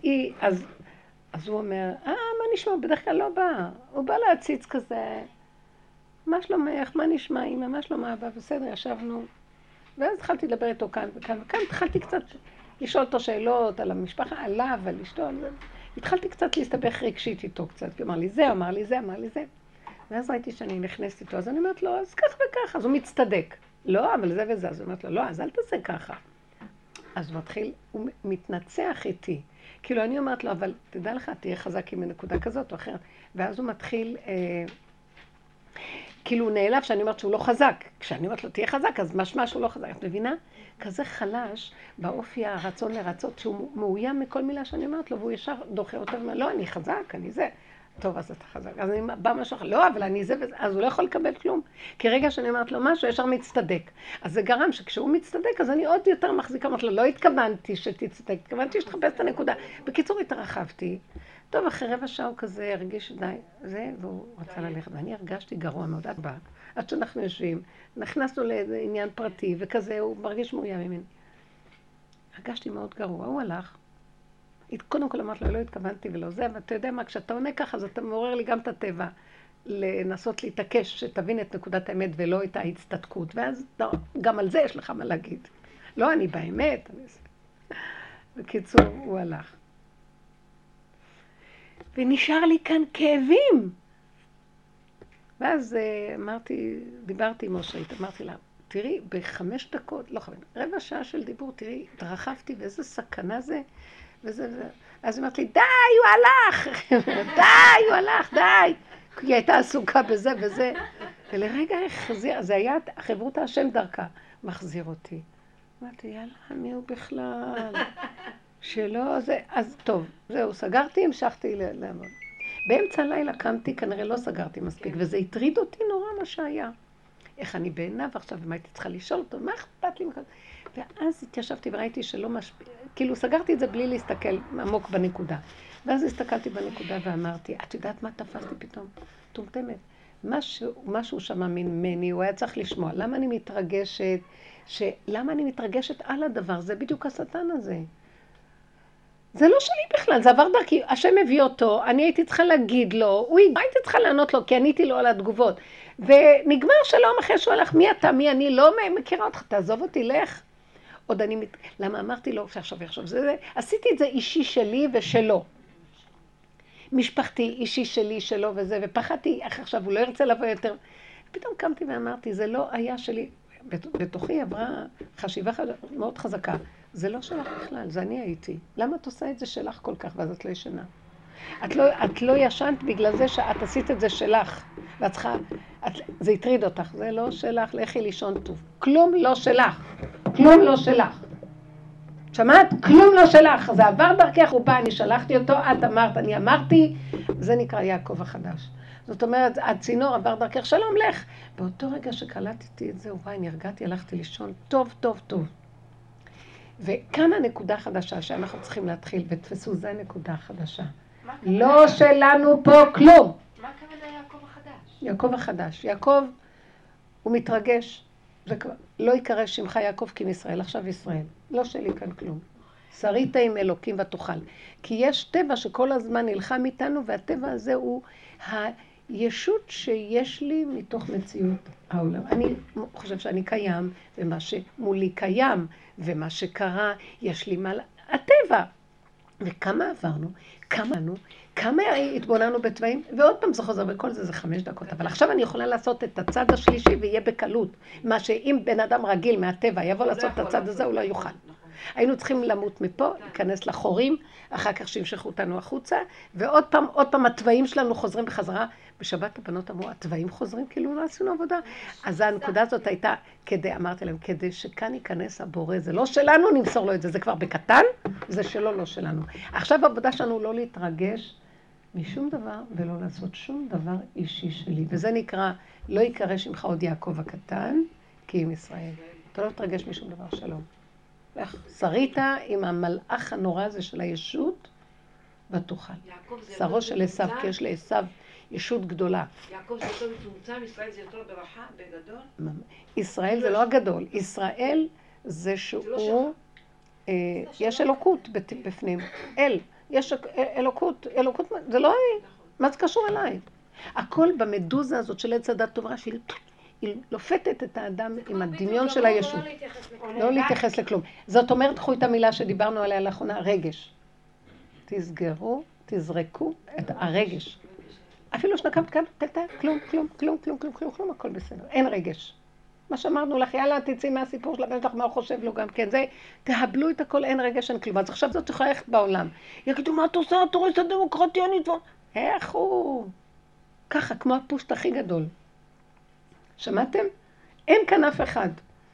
הוא אומר, מה נשמע? בדרך כלל לא בא. הוא בא להציץ כזה, מה שלומך, מה נשמע, אמא, מה שלומה, אבא, בסדר, ישבנו. ואז התחלתי לדבר איתו כאן וכאן, התחלתי קצת לשאול אותו שאלות על המשפחה, עליו, על אשתו, התחלתי קצת להסתבך רגשית איתו קצת, כי אמר לי זה, אמר לי זה, אמר לי זה. ואז ראיתי שאני נכנסת איתו, אז אני אומרת לו, אז כך וכך, אז הוא מצטדק. לא, אבל זה וזה, אז הוא אומרת לו, לא, אז אל תעשה ככה. אז הוא מתחיל, הוא מתנצח איתי. כאילו אני אומרת לו, אבל תדע לך, תהיה חזק עם נקודה כזאת או אחרת. ואז הוא מתחיל, כאילו הוא נעלב שאני אומרת שהוא לא חזק. כשאני אומרת לו, תהיה חזק, אז משמע שהוא לא חזק. את מבינה? כזה חלש באופי הרצון לרצות, שהוא מאוים מכל מילה שאני אומרת לו, והוא ישר דוחה אותה ואומר, לא, אני חזק, אני זה. טוב, אז אתה חזק. אז אני בא משהו אחר, לא, אבל אני זה וזה. אז הוא לא יכול לקבל כלום. כי רגע שאני אומרת לו משהו, ישר מצטדק. אז זה גרם שכשהוא מצטדק, אז אני עוד יותר מחזיקה, אמרת לו, לא התכוונתי שתצטדק, התכוונתי שתחפש את הנקודה. בקיצור, התרחבתי. טוב, אחרי רבע שעה הוא כזה הרגיש די, זה, והוא רצה ללכת. ואני הרגשתי גרוע מאוד, עד שאנחנו יושבים, נכנסנו לאיזה עניין פרטי, וכזה, הוא מרגיש מאוים ממני. הרגשתי מאוד גרוע, הוא הלך. קודם כל אמרת לו, לא התכוונתי ולא זה, אבל אתה יודע מה, כשאתה עונה ככה, אז אתה מעורר לי גם את הטבע. לנסות להתעקש, שתבין את נקודת האמת ולא את ההצטדקות, ואז לא, גם על זה יש לך מה להגיד. לא, אני באמת. בקיצור, הוא הלך. ונשאר לי כאן כאבים. ואז דיברתי עם אושרית, אמרתי לה, תראי, ב5 דקות, לא 5, רבע שעה של דיבור, תראי, התרחבתי ואיזה סכנה זה, וזה. אז אמרתי לי, די, הוא הלך! די, הוא הלך, די! היא הייתה עסוקה בזה וזה, ולרגע החזיר, זה היה חברות השם דרכה, מחזיר אותי. אמרתי, יאללה, מי הוא בכלל? שלא, זה, אז טוב, זהו, סגרתי, המשכתי לעמוד. באמצע הלילה קמתי, כנראה לא סגרתי מספיק, וזה הטריד אותי נורא מה שהיה. איך אני בעיניו עכשיו, ומה הייתי צריכה לשאול אותו, מה אכפת לי? ואז התיישבתי וראיתי שלא משפיע, כאילו סגרתי את זה בלי להסתכל עמוק בנקודה. ואז הסתכלתי בנקודה ואמרתי, את יודעת מה תפסתי פתאום? טומטמת. משהו שמע ממני, הוא היה צריך לשמוע. למה אני מתרגשת? למה אני מתרגשת על הדבר? זה בדיוק השטן הזה. זה לא שלי בכלל, זה עבר דרכי. השם הביא אותו, אני הייתי צריכה להגיד לו, הייתי צריכה לענות לו, כי עניתי לו על התגובות. ונגמר שלום אחרי שהוא הלך, מי אתה, מי אני, לא מכירה אותך, תעזוב אותי, לך. עוד למה אמרתי לו, שעכשיו יחשוב, עשיתי את זה אישי שלי ושלו. משפחתי, אישי שלי, שלו וזה, ופחדתי, עכשיו הוא לא ירצה לבוא יותר. פתאום קמתי ואמרתי, זה לא היה שלי, בתוכי עברה חשיבה מאוד חזקה. זה לא שלך בכלל, זה אני הייתי. למה את עושה את זה שלך כל כך, ואז את לא ישנה? את לא ישנת בגלל זה שאת עשית את זה שלך, ואת צריכה, זה הטריד אותך, זה לא שלך, לכי לישון טוב. כלום לא שלך, כלום לא שלך. שמעת? כלום לא שלך, זה עבר דרכך, הוא בא, אני שלחתי אותו, את אמרת, אני אמרתי, זה נקרא יעקב החדש. זאת אומרת, הצינור עבר דרכך, שלום לך. באותו רגע שקלטתי את זה, וואי, נרגעתי, הלכתי לישון, טוב, טוב, טוב. וכאן הנקודה החדשה שאנחנו צריכים להתחיל, ותפסו, זה הנקודה החדשה. לא שלנו פה כלום. מה הכוונה יעקב החדש? יעקב החדש. יעקב, הוא מתרגש. לא יקרא שמך יעקב כי מישראל, עכשיו ישראל. לא שלי כאן כלום. שרית עם אלוקים ותאכל. כי יש טבע שכל הזמן נלחם איתנו, והטבע הזה הוא הישות שיש לי מתוך מציאות העולם. אני חושב שאני קיים, ומה שמולי קיים, ומה שקרה, יש לי מה... הטבע. וכמה עברנו, כמה התבוננו בטבעים, ועוד פעם זה חוזר, וכל זה 5 דקות. אבל עכשיו אני יכולה לעשות את הצד השלישי, ויהיה בקלות. מה שאם בן אדם רגיל מהטבע יבוא לעשות את הצד הזה, הוא לא יוכל. היינו צריכים למות מפה, להיכנס לחורים, אחר כך שימשכו אותנו החוצה, ועוד פעם הטבעים שלנו חוזרים בחזרה. בשבת הבנות אמרו, הטבעים חוזרים כאילו לא עשינו עבודה. אז הנקודה הזאת הייתה, אמרתי להם, כדי שכאן ייכנס הבורא, זה לא שלנו, נמסור לו את זה, זה כבר בקטן, זה שלו, לא שלנו. עכשיו העבודה שלנו לא להתרגש משום דבר, ולא לעשות שום דבר אישי שלי. וזה נקרא, לא יקרא שמך עוד יעקב הקטן, כי עם ישראל. אתה לא תרגש משום דבר, שלום. שרית עם המלאך הנורא הזה של הישות, ותאכל. שרו של עשיו, כי יש לעשיו ישות גדולה. יעקב זה יותר מצומצם, ישראל זה יותר ברכה, בגדול? ישראל זה לא הגדול. ישראל זה שהוא, יש אלוקות בפנים. יש אלוקות, זה לא אני. מה זה קשור אליי? הכל במדוזה הזאת של עץ הדת טובה, היא לופתת את האדם עם הדמיון של הישות. לא להתייחס לכלום. זאת אומרת, קחו את המילה שדיברנו עליה לאחרונה, רגש. תסגרו, תזרקו את הרגש. אפילו שנקמת כאן, כלום, הכל בסדר. אין רגש. מה שאמרנו לך, יאללה, תצאי מהסיפור של הבן שלך, מה הוא חושב לו גם כן. זה, תהבלו את הכל, אין רגש, אין כלום. אז עכשיו זאת יכולה ללכת בעולם. יגידו, מה את עושה? את הורסת הדמוקרטיה, איך הוא? ככה, כמו הפושט הכי גדול. שמעתם? אין כאן אף אחד.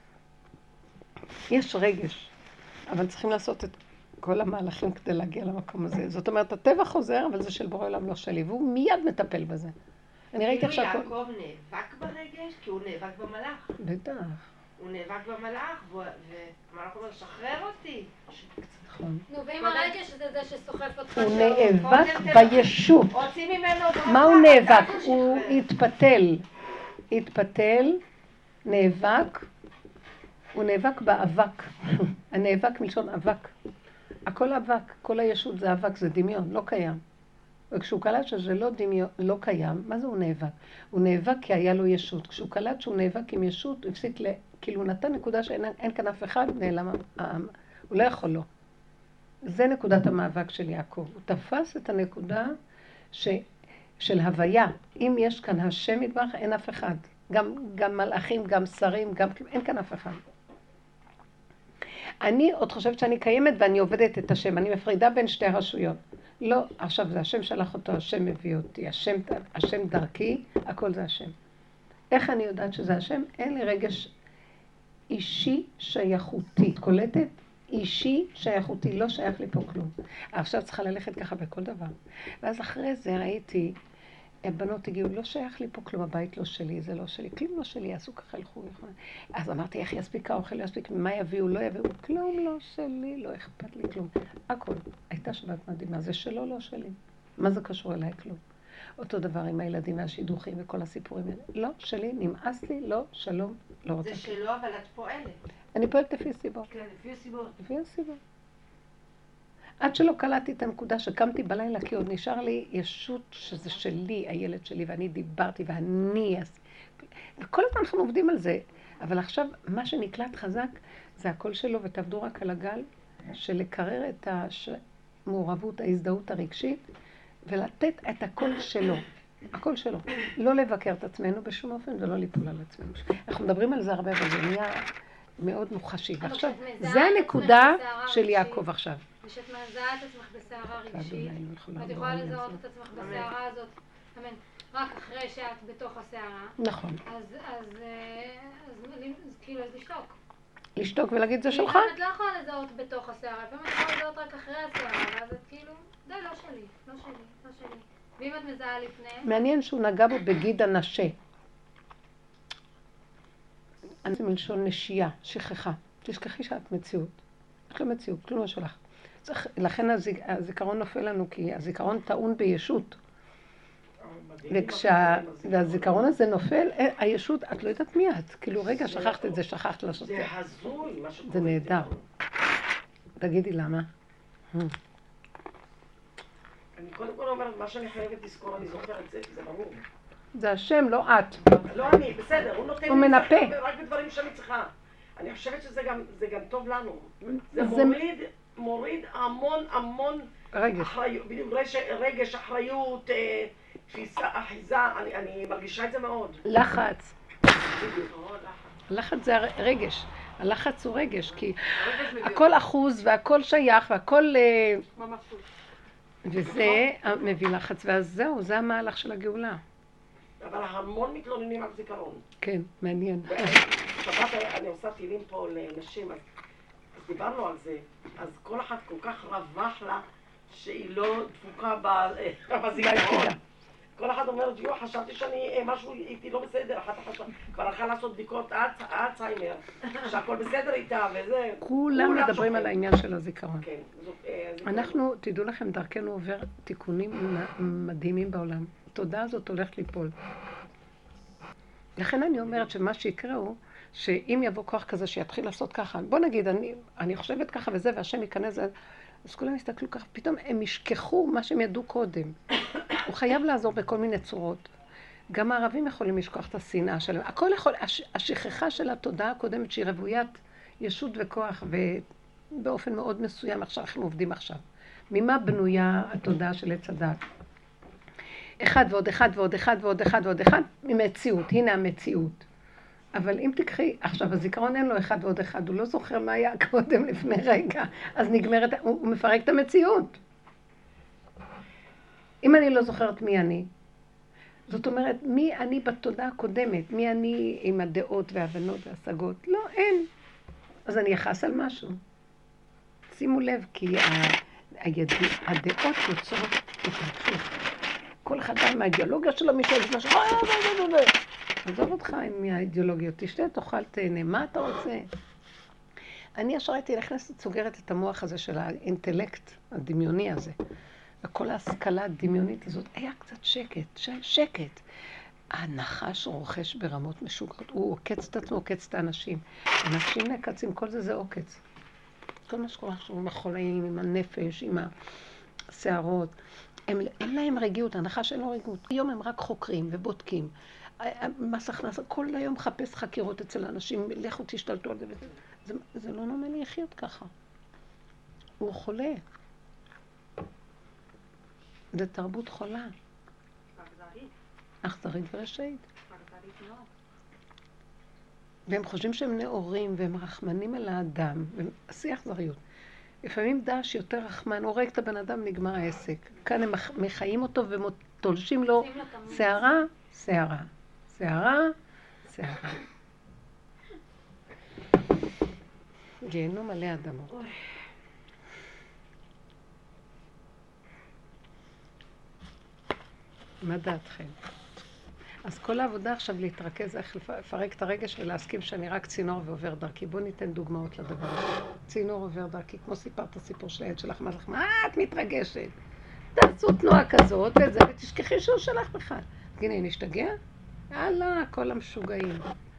יש רגש, אבל צריכים לעשות את כל המהלכים כדי להגיע למקום הזה. זאת אומרת, הטבע חוזר, אבל זה של בורא עולם לא שלי, והוא מיד מטפל בזה. אני ראיתי עכשיו... יעקב נאבק ברגש, כי הוא נאבק במלאך. בטח. הוא נאבק במלאך, והמלאך אומר, שחרר אותי. נכון. נו, ואם הרגש זה זה שסוחף אותך... הוא נאבק בישות. רוצים ממנו ברכה. מה הוא נאבק? הוא התפתל, נאבק, הוא נאבק באבק. הנאבק מלשון אבק. הכל אבק, כל הישות זה אבק, זה דמיון, לא קיים. וכשהוא קלט שזה לא דמיון, לא קיים, מה זה הוא נאבק? הוא נאבק כי היה לו ישות. כשהוא קלט שהוא נאבק עם ישות, הוא הפסיק כאילו נתן נקודה שאין כאן אף אחד, נעלם העם. הוא לא יכול לו. זה נקודת המאבק של יעקב. הוא תפס את הנקודה של הוויה. אם יש כאן השם יתברך, אין אף אחד. גם מלאכים, גם שרים, אין כאן אף אחד. אני עוד חושבת שאני קיימת ואני עובדת את השם. אני מפרידה בין שתי הרשויות. לא, עכשיו זה השם שלח אותו, השם מביא אותי, השם דרכי, הכל זה השם. איך אני יודעת שזה השם? אין לי רגש אישי שייכותי. קולטת? אישי שייכותי, לא שייך לי פה כלום. עכשיו צריכה ללכת ככה בכל דבר. ואז אחרי זה ראיתי, הבנות הגיעו, לא שייך לי פה כלום, הבית לא שלי, זה לא שלי, כלום לא שלי, יעשו ככה, ילכו. אז אמרתי, איך יספיק האוכל, לא יספיק, מה יביאו, לא יביאו, כלום לא שלי, לא אכפת לי כלום. הכל, הייתה שבת מדהימה, זה שלו, לא שלי. מה זה קשור אליי כלום? אותו דבר עם הילדים והשידוכים וכל הסיפורים האלה. לא, שלי, נמאס לי, לא, שלום, לא רוצה. זה שלו, אבל את פועלת. אני פועלת לפי סיבות. כן, לפי הסיבות. לפי הסיבות. עד שלא קלטתי את הנקודה שקמתי בלילה, כי עוד נשאר לי ישות שזה שלי, הילד שלי, ואני דיברתי, ואני... וכל הזמן אנחנו עובדים על זה. אבל עכשיו, מה שנקלט חזק, זה הקול שלו, ותעבדו רק על הגל, של לקרר את המעורבות, ההזדהות הרגשית, ולתת את הקול שלו. הקול שלו. לא לבקר את עצמנו בשום אופן, ולא ליפול על עצמנו. אנחנו מדברים על זה הרבה, אבל זה נהיה מאוד מוחשי. ועכשיו, זה הנקודה של יעקב עכשיו. ושאת מזהה את עצמך בסערה רגשית, ואת יכולה לזהות את עצמך בסערה הזאת, אמן, רק אחרי שאת בתוך הסערה. נכון. אז כאילו, אז לשתוק. לשתוק ולהגיד זה שלך? את לא יכולה לזהות בתוך הסערה, לפעמים את יכולה לזהות רק אחרי הסערה, ואז את כאילו, די, לא שלי, לא שלי, לא שלי. ואם את מזהה לפני... מעניין שהוא נגע בו בגיד הנשה. אני מלשון נשייה, שכחה. תשכחי שאת מציאות. את לא מציאות, כלום לא שלך. לכן הזיכרון נופל לנו, כי הזיכרון טעון בישות. והזיכרון הזה נופל, הישות, את לא יודעת מי את. כאילו, רגע, שכחת את זה, שכחת לעשות את זה. זה הזוי, מה שקורה. זה נהדר. תגידי למה. אני קודם כל אומרת, מה שאני חייבת לזכור, אני זוכרת את זה, כי זה ברור. זה השם, לא את. לא אני, בסדר, הוא נותן הוא מנפה. רק בדברים שאני צריכה. אני חושבת שזה גם טוב לנו. זה מוריד המון רגש, אחריות, אחיזה, אני מרגישה את זה מאוד. לחץ. לחץ זה רגש. הלחץ הוא רגש, כי הכל אחוז והכל שייך והכל... וזה מביא לחץ, ואז זהו, זה המהלך של הגאולה. אבל המון מתלוננים על זיכרון. כן, מעניין. שבת אני עושה תהילים פה לנשים, אז דיברנו על זה, אז כל אחת כל כך רווח לה שהיא לא דפוקה בזיכרון. כל אחד אומרת, יו, חשבתי שאני משהו איתי לא בסדר, אחת כבר הלכה לעשות בדיקות אלצהיימר, שהכל בסדר איתה וזה. כולם מדברים על העניין של הזיכרון. כן. אנחנו, תדעו לכם, דרכנו עובר תיקונים מדהימים בעולם. התודעה הזאת הולכת ליפול. לכן אני אומרת שמה שיקרה הוא, שאם יבוא כוח כזה שיתחיל לעשות ככה, בוא נגיד, אני חושבת ככה וזה, והשם ייכנס, אז כולם יסתכלו ככה, פתאום הם ישכחו מה שהם ידעו קודם. הוא חייב לעזור בכל מיני צורות. גם הערבים יכולים לשכוח את השנאה שלהם. הכל יכול, השכחה של התודעה הקודמת שהיא רוויית ישות וכוח, ובאופן מאוד מסוים עכשיו אנחנו עובדים עכשיו. ממה בנויה התודעה של עץ הדת? אחד ועוד אחד ועוד אחד ועוד אחד ועוד אחד, ממציאות, הנה המציאות. אבל אם תקחי, עכשיו הזיכרון אין לו אחד ועוד אחד, הוא לא זוכר מה היה קודם לפני רגע, אז נגמרת, הוא מפרק את המציאות. אם אני לא זוכרת מי אני, זאת אומרת, מי אני בתודעה הקודמת, מי אני עם הדעות וההבנות וההשגות, לא, אין. אז אני אחס על משהו. שימו לב, כי הדעות יוצרות התרגשות. כל אחד מהאידיאולוגיה שלו, מי שיש משהו, עזוב אותך עם האידיאולוגיות, תשתה, תאכל, תהנה, מה אתה רוצה? אני ישר הייתי נכנסת, סוגרת את המוח הזה של האינטלקט הדמיוני הזה. וכל ההשכלה הדמיונית הזאת, היה קצת שקט. הנחש רוכש ברמות משוגעות, הוא עוקץ את עצמו, עוקץ את האנשים. אנשים נקצים, כל זה עוקץ. כל מה שקורה עכשיו עם החולאים, עם הנפש, עם השערות. אין להם רגיעות, הנחש אין לו רגיעות. היום הם רק חוקרים ובודקים. מס הכנסה, כל היום מחפש חקירות אצל האנשים, לכו תשתלטו על זה. זה לא נורמלי לחיות ככה. הוא חולה. זה תרבות חולה. אכזרית. אכזרית ורשעית. אכזרית מאוד. והם חושבים שהם נאורים והם רחמנים על האדם. ועשי אכזריות. לפעמים דש יותר רחמן, הורג את הבן אדם, נגמר העסק. כאן הם מחיים אותו ותולשים לו שערה, שערה. שערה, שערה. גיהנום מלא אדמות. מה דעתכם? אז כל העבודה עכשיו להתרכז איך לפרק את הרגש ולהסכים שאני רק צינור ועובר דרכי. בואו ניתן דוגמאות לדבר הזה. צינור עובר דרכי, כמו סיפרת הסיפור של הילד שלך, אמרת לך, מה את מתרגשת? תעשו תנועה כזאת וזה, ותשכחי שהוא שלח בכלל. הנה, נשתגע? יאללה, כל המשוגעים.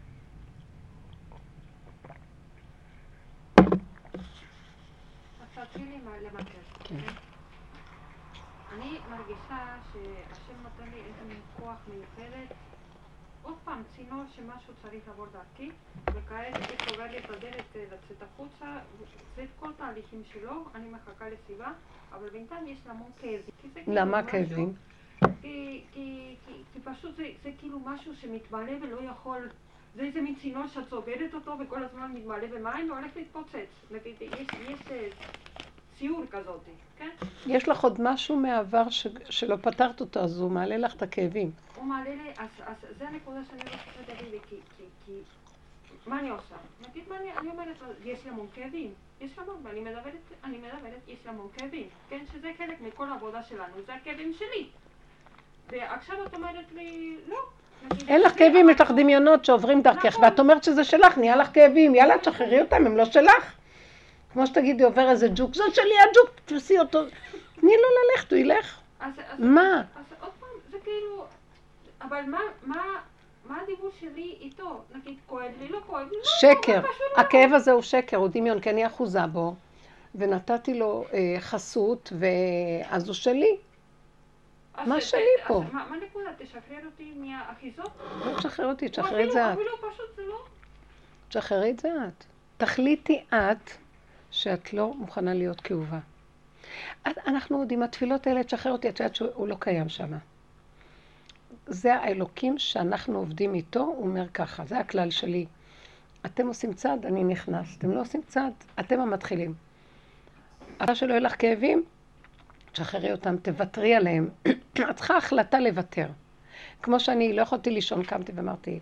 תתחילי למקר. כן. אני מרגישה שהשם נותן לי איזה מין כוח מיוחדת. עוד פעם, צינור שמשהו צריך לעבור דרכי, וכעת זה קובע לי את הדלת לצאת החוצה, זה את כל תהליכים שלו, אני מחכה לסיבה, אבל בינתיים יש המון כאבים. למה כאבים? כי פשוט זה כאילו משהו שמתמלא ולא יכול, זה איזה מין צינור שאת סוגרת אותו וכל הזמן מתמלא במים והולך להתפוצץ. נגיד, יש ציור כזאת, כן? יש לך עוד משהו מהעבר שלא פתרת אותו, אז הוא מעלה לך את הכאבים. הוא מעלה לי, אז זה הנקודה שאני לא חושבת להגיד לי, כי מה אני עושה? נגיד, אני אומרת, יש לי המון כאבים, יש המון, ואני מדברת, יש לי המון כאבים, כן? שזה חלק מכל העבודה שלנו, זה הכאבים שלי. ועכשיו את אומרת לי, לא. אין לך כאבים, יש לך דמיונות שעוברים דרכך, ואת אומרת שזה שלך, נהיה לך כאבים, יאללה, תשחררי אותם, הם לא שלך. כמו שתגידי, עובר איזה ג'וק, זאת שלי הג'וק, תפסי אותו, תני לו ללכת, הוא ילך. מה? אז עוד פעם, זה כאילו, אבל מה הדיבור שלי איתו? נגיד, כואב לי, לא כואב לי, שקר, הכאב הזה הוא שקר, הוא דמיון, כי אני אחוזה בו, ונתתי לו חסות, ואז הוא שלי. מה שלי פה? מה נקודה? תשחרר אותי מהאחיזות? לא תשחרר אותי, תשחררי את זה את. אפילו פשוט זה לא. תשחררי את זה את. תחליטי את שאת לא מוכנה להיות כאובה. אנחנו עוד עם התפילות האלה, תשחרר אותי, את יודעת שהוא לא קיים שם. זה האלוקים שאנחנו עובדים איתו, הוא אומר ככה, זה הכלל שלי. אתם עושים צעד, אני נכנס. אתם לא עושים צעד, אתם המתחילים. אחרי שלא יהיה לך כאבים, תשחררי אותם, תוותרי עליהם. את צריכה החלטה לוותר. כמו שאני לא יכולתי לישון, קמתי ואמרתי,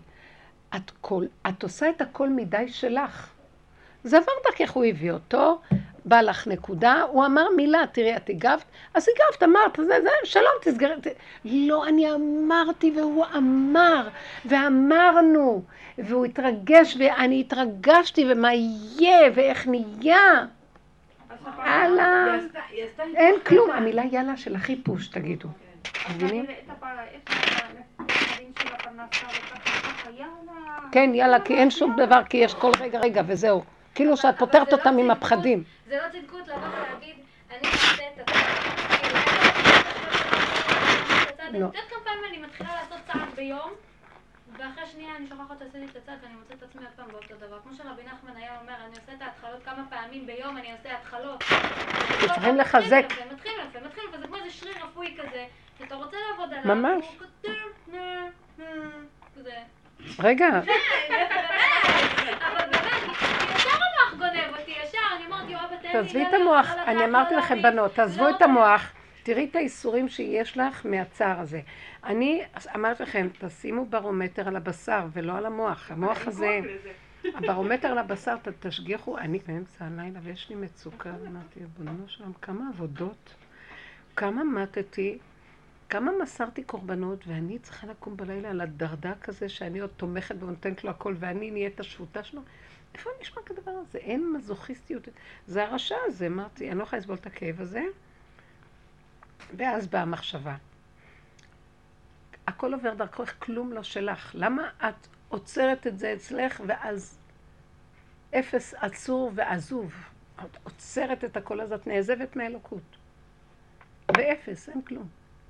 את עושה את הכל מדי שלך. זה עבר דרכך, הוא הביא אותו, בא לך נקודה, הוא אמר מילה, תראי, את הגבת, אז הגבת, אמרת, זה, שלום, תסגרי. לא, אני אמרתי והוא אמר, ואמרנו, והוא התרגש, ואני התרגשתי, ומה יהיה, ואיך נהיה. יאללה, אין כלום, המילה יאללה של החיפוש, תגידו. מבינים? כן, יאללה, כי אין שום דבר, כי יש כל רגע, וזהו. כאילו שאת פותרת אותם עם הפחדים. זה לא צדקות לבוא ולהגיד, אני אעשה את הצד. אני יודעת כמה פעמים אני מתחילה לעשות צעד ביום, ואחרי שנייה אני שוכחת לעשות את הצד, ואני מוצאת את עצמי עוד פעם באותו דבר. כמו שרבי נחמן היה אומר, אני עושה את ההתחלות כמה פעמים ביום, אני עושה התחלות. צריכים לחזק. מתחיל, וזה כמו איזה שריר רפואי כזה, שאתה רוצה לעבוד עליו. ממש. רגע. אבל באמת, ישר המוח גונב אותי, ישר, אני אמרתי, יואב, תן לי... תעזבי את המוח, אני אמרתי לכם בנות, תעזבו את המוח, תראי את האיסורים שיש לך מהצער הזה. אני אמרתי לכם, תשימו ברומטר על הבשר ולא על המוח, המוח הזה, הברומטר על הבשר, תשגיחו, אני באמצע הלילה ויש לי מצוקה, אמרתי, בנו שם, כמה עבודות, כמה מתתי, כמה מסרתי קורבנות, ואני צריכה לקום בלילה על הדרדק הזה, שאני עוד תומכת ונותנת לו הכל, ואני נהיית השפוטה שלו. איפה נשמע כדבר הזה? אין מזוכיסטיות. זה הרשע הזה, אמרתי, אני לא יכולה לסבול את הכאב הזה. ואז באה המחשבה. הכל עובר דרכך, כלום לא שלך. למה את עוצרת את זה אצלך, ואז אפס עצור ועזוב? את עוצרת את הכל הזה, את נעזבת מהאלוקות. ואפס, אין כלום.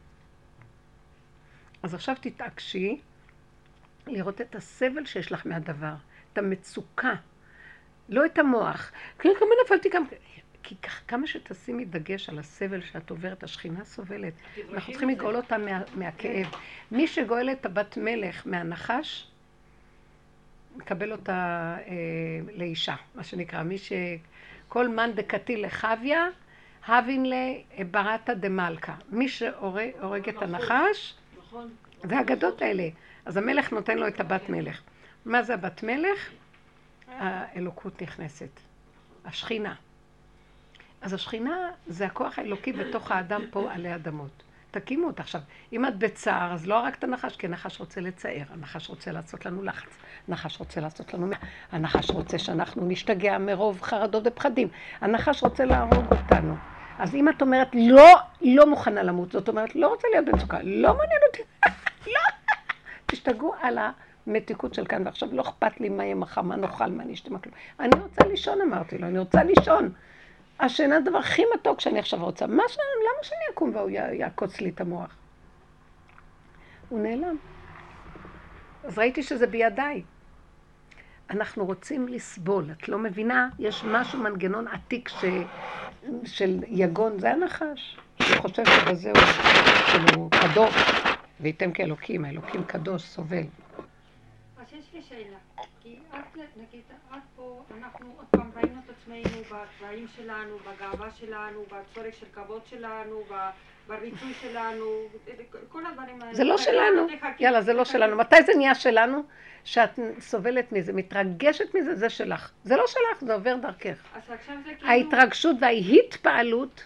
אז עכשיו תתעקשי לראות את הסבל שיש לך מהדבר, את המצוקה, לא את המוח. כמה נפלתי גם... כי כמה שתשימי דגש על הסבל שאת עוברת, השכינה סובלת. אנחנו צריכים לגאול אותה מהכאב. מי שגואל את הבת מלך מהנחש, מקבל אותה לאישה, מה שנקרא. מי שכל מן דקתי לחביה, הבין לברתה דמלכה. מי שהורג את הנחש, זה האגדות האלה. אז המלך נותן לו את הבת מלך. מה זה הבת מלך? האלוקות נכנסת. השכינה. אז השכינה זה הכוח האלוקי בתוך האדם פה עלי אדמות. תקימו אותה. עכשיו, אם את בצער, אז לא רק את הנחש, כי הנחש רוצה לצער, הנחש רוצה לעשות לנו לחץ, הנחש רוצה לעשות לנו... הנחש רוצה שאנחנו נשתגע מרוב חרדות ופחדים, הנחש רוצה להרוג אותנו. אז אם את אומרת, לא מוכנה למות, זאת אומרת, לא רוצה להיות במצוקה, לא מעניין אותי, לא. תשתגעו על המתיקות של כאן, ועכשיו לא אכפת לי מה יהיה מחר, מה נאכל, מה נשתה, מה כלום. אני רוצה לישון, אמרתי לו, אני רוצה לישון. השינה הדבר הכי מתוק שאני עכשיו רוצה. למה שאני אקום והוא יעקוץ לי את המוח? הוא נעלם. אז ראיתי שזה בידיי. אנחנו רוצים לסבול. את לא מבינה? יש משהו, מנגנון עתיק של יגון. זה הנחש. הוא חושב שבזה הוא קדוש. וייתם כאלוקים. האלוקים קדוש, סובל. אז יש לי שאלה. כי את, נגיד, את פה, אנחנו עוד פעם ראינו את עצמנו בקרעים שלנו, בגאווה שלנו, בצורך של כבוד שלנו, בריצוי שלנו, כל הדברים האלה. זה לא שלנו. יאללה, זה לא שלנו. מתי זה נהיה שלנו? שאת סובלת מזה, מתרגשת מזה, זה שלך. זה לא שלך, זה עובר דרכך. אז עכשיו זה כאילו... ההתרגשות וההתפעלות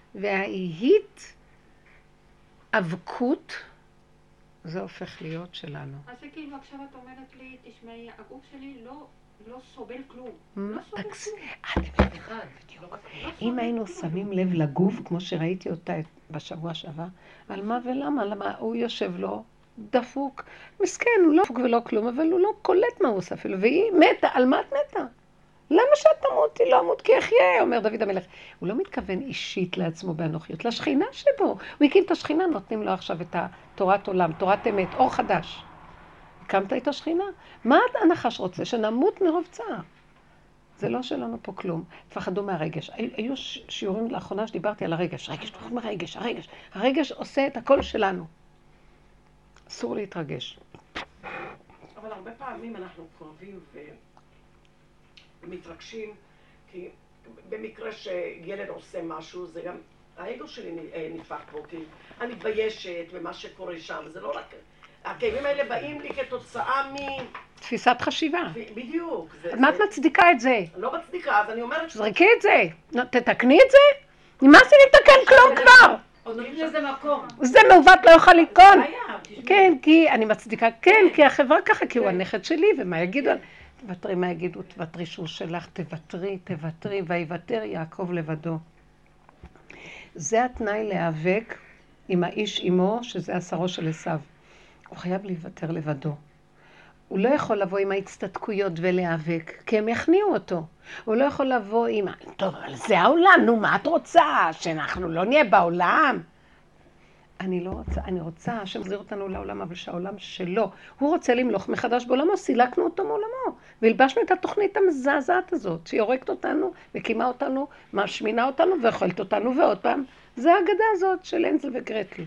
וההתאבקות, זה הופך להיות שלנו. אז זה כאילו עכשיו את אומרת לי, תשמעי, הגוף שלי לא סובל כלום. לא סובל כלום. אם היינו שמים לב לגוף, כמו שראיתי אותה בשבוע שעבר, על מה ולמה, למה הוא יושב לו דפוק, מסכן, הוא לא דפוק ולא כלום, אבל הוא לא קולט מה הוא עושה אפילו, והיא מתה, על מה את מתה? למה שאת תמותי? לא אמות כי אחיה, אומר דוד המלך. הוא לא מתכוון אישית לעצמו באנוכיות, לשכינה שבו. הוא הקים את השכינה, נותנים לו עכשיו את תורת עולם, תורת אמת, אור חדש. הקמת את השכינה? מה הנחש רוצה? שנמות מרוב צער. זה לא שלנו פה כלום. תפחדו מהרגש. היו שיעורים לאחרונה שדיברתי על הרגש. הרגש עושה את הכל שלנו. אסור להתרגש. אבל הרבה פעמים אנחנו קרובים ומתרגשים, כי במקרה שילד עושה משהו, זה גם האגו שלי נדפק פה, כי אני מתביישת במה שקורה שם, וזה לא רק... הכאבים האלה באים לי כתוצאה תפיסת חשיבה. בדיוק. מה את מצדיקה את זה? לא מצדיקה, אז אני אומרת... זרקי את זה. תתקני את זה? נמאס לי לתקן כלום כבר. נותנים לזה מקום. זה מעוות לא יוכל לתקון. כן, כי אני מצדיקה, כן, כי החברה ככה, כי הוא הנכד שלי, ומה יגידו? תוותרי, מה יגידו? תוותרי שהוא שלך, תוותרי, ויוותר יעקב לבדו. זה התנאי להיאבק עם האיש עמו, שזה השרו של עשיו. הוא חייב להיוותר לבדו. הוא לא יכול לבוא עם ההצטדקויות ולהיאבק, כי הם יכניעו אותו. הוא לא יכול לבוא עם... טוב, אבל זה העולם, נו, מה את רוצה? שאנחנו לא נהיה בעולם? אני לא רוצה, אני רוצה שמחזיר אותנו לעולם, אבל שהעולם שלו. הוא רוצה למלוך מחדש בעולמו, סילקנו אותו מעולמו. והלבשנו את התוכנית המזעזעת הזאת, שהיא הורגת אותנו, וקימה אותנו, משמינה אותנו, ואוכלת אותנו, ועוד פעם. זה האגדה הזאת של אנזל וגרטל.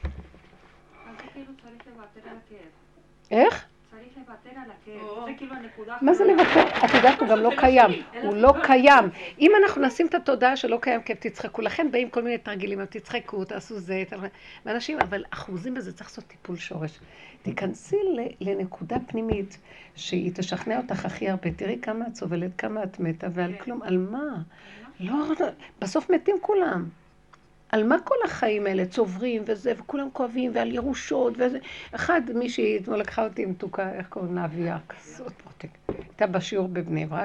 אז זה כאילו צריך לוותר על הכאב. איך? צריך לוותר על הכאב. זה כאילו הנקודה... מה זה לוותר? את יודעת, הוא גם לא קיים. הוא לא קיים. אם אנחנו נשים את התודעה שלא קיים, כי תצחקו. לכן באים כל מיני תרגילים, תצחקו, תעשו זה, ואנשים, אבל אחוזים בזה צריך לעשות טיפול שורש. תיכנסי לנקודה פנימית, שהיא תשכנע אותך הכי הרבה. תראי כמה את סובלת, כמה את מתה, ועל כלום, על מה? לא, בסוף מתים כולם. על מה כל החיים האלה צוברים וזה, וכולם כואבים, ועל ירושות וזה. מישהי אתמול לקחה אותי עם תוקה, איך קוראים לה אביה, כזאת פרוטק. הייתה בשיעור בבני ברק.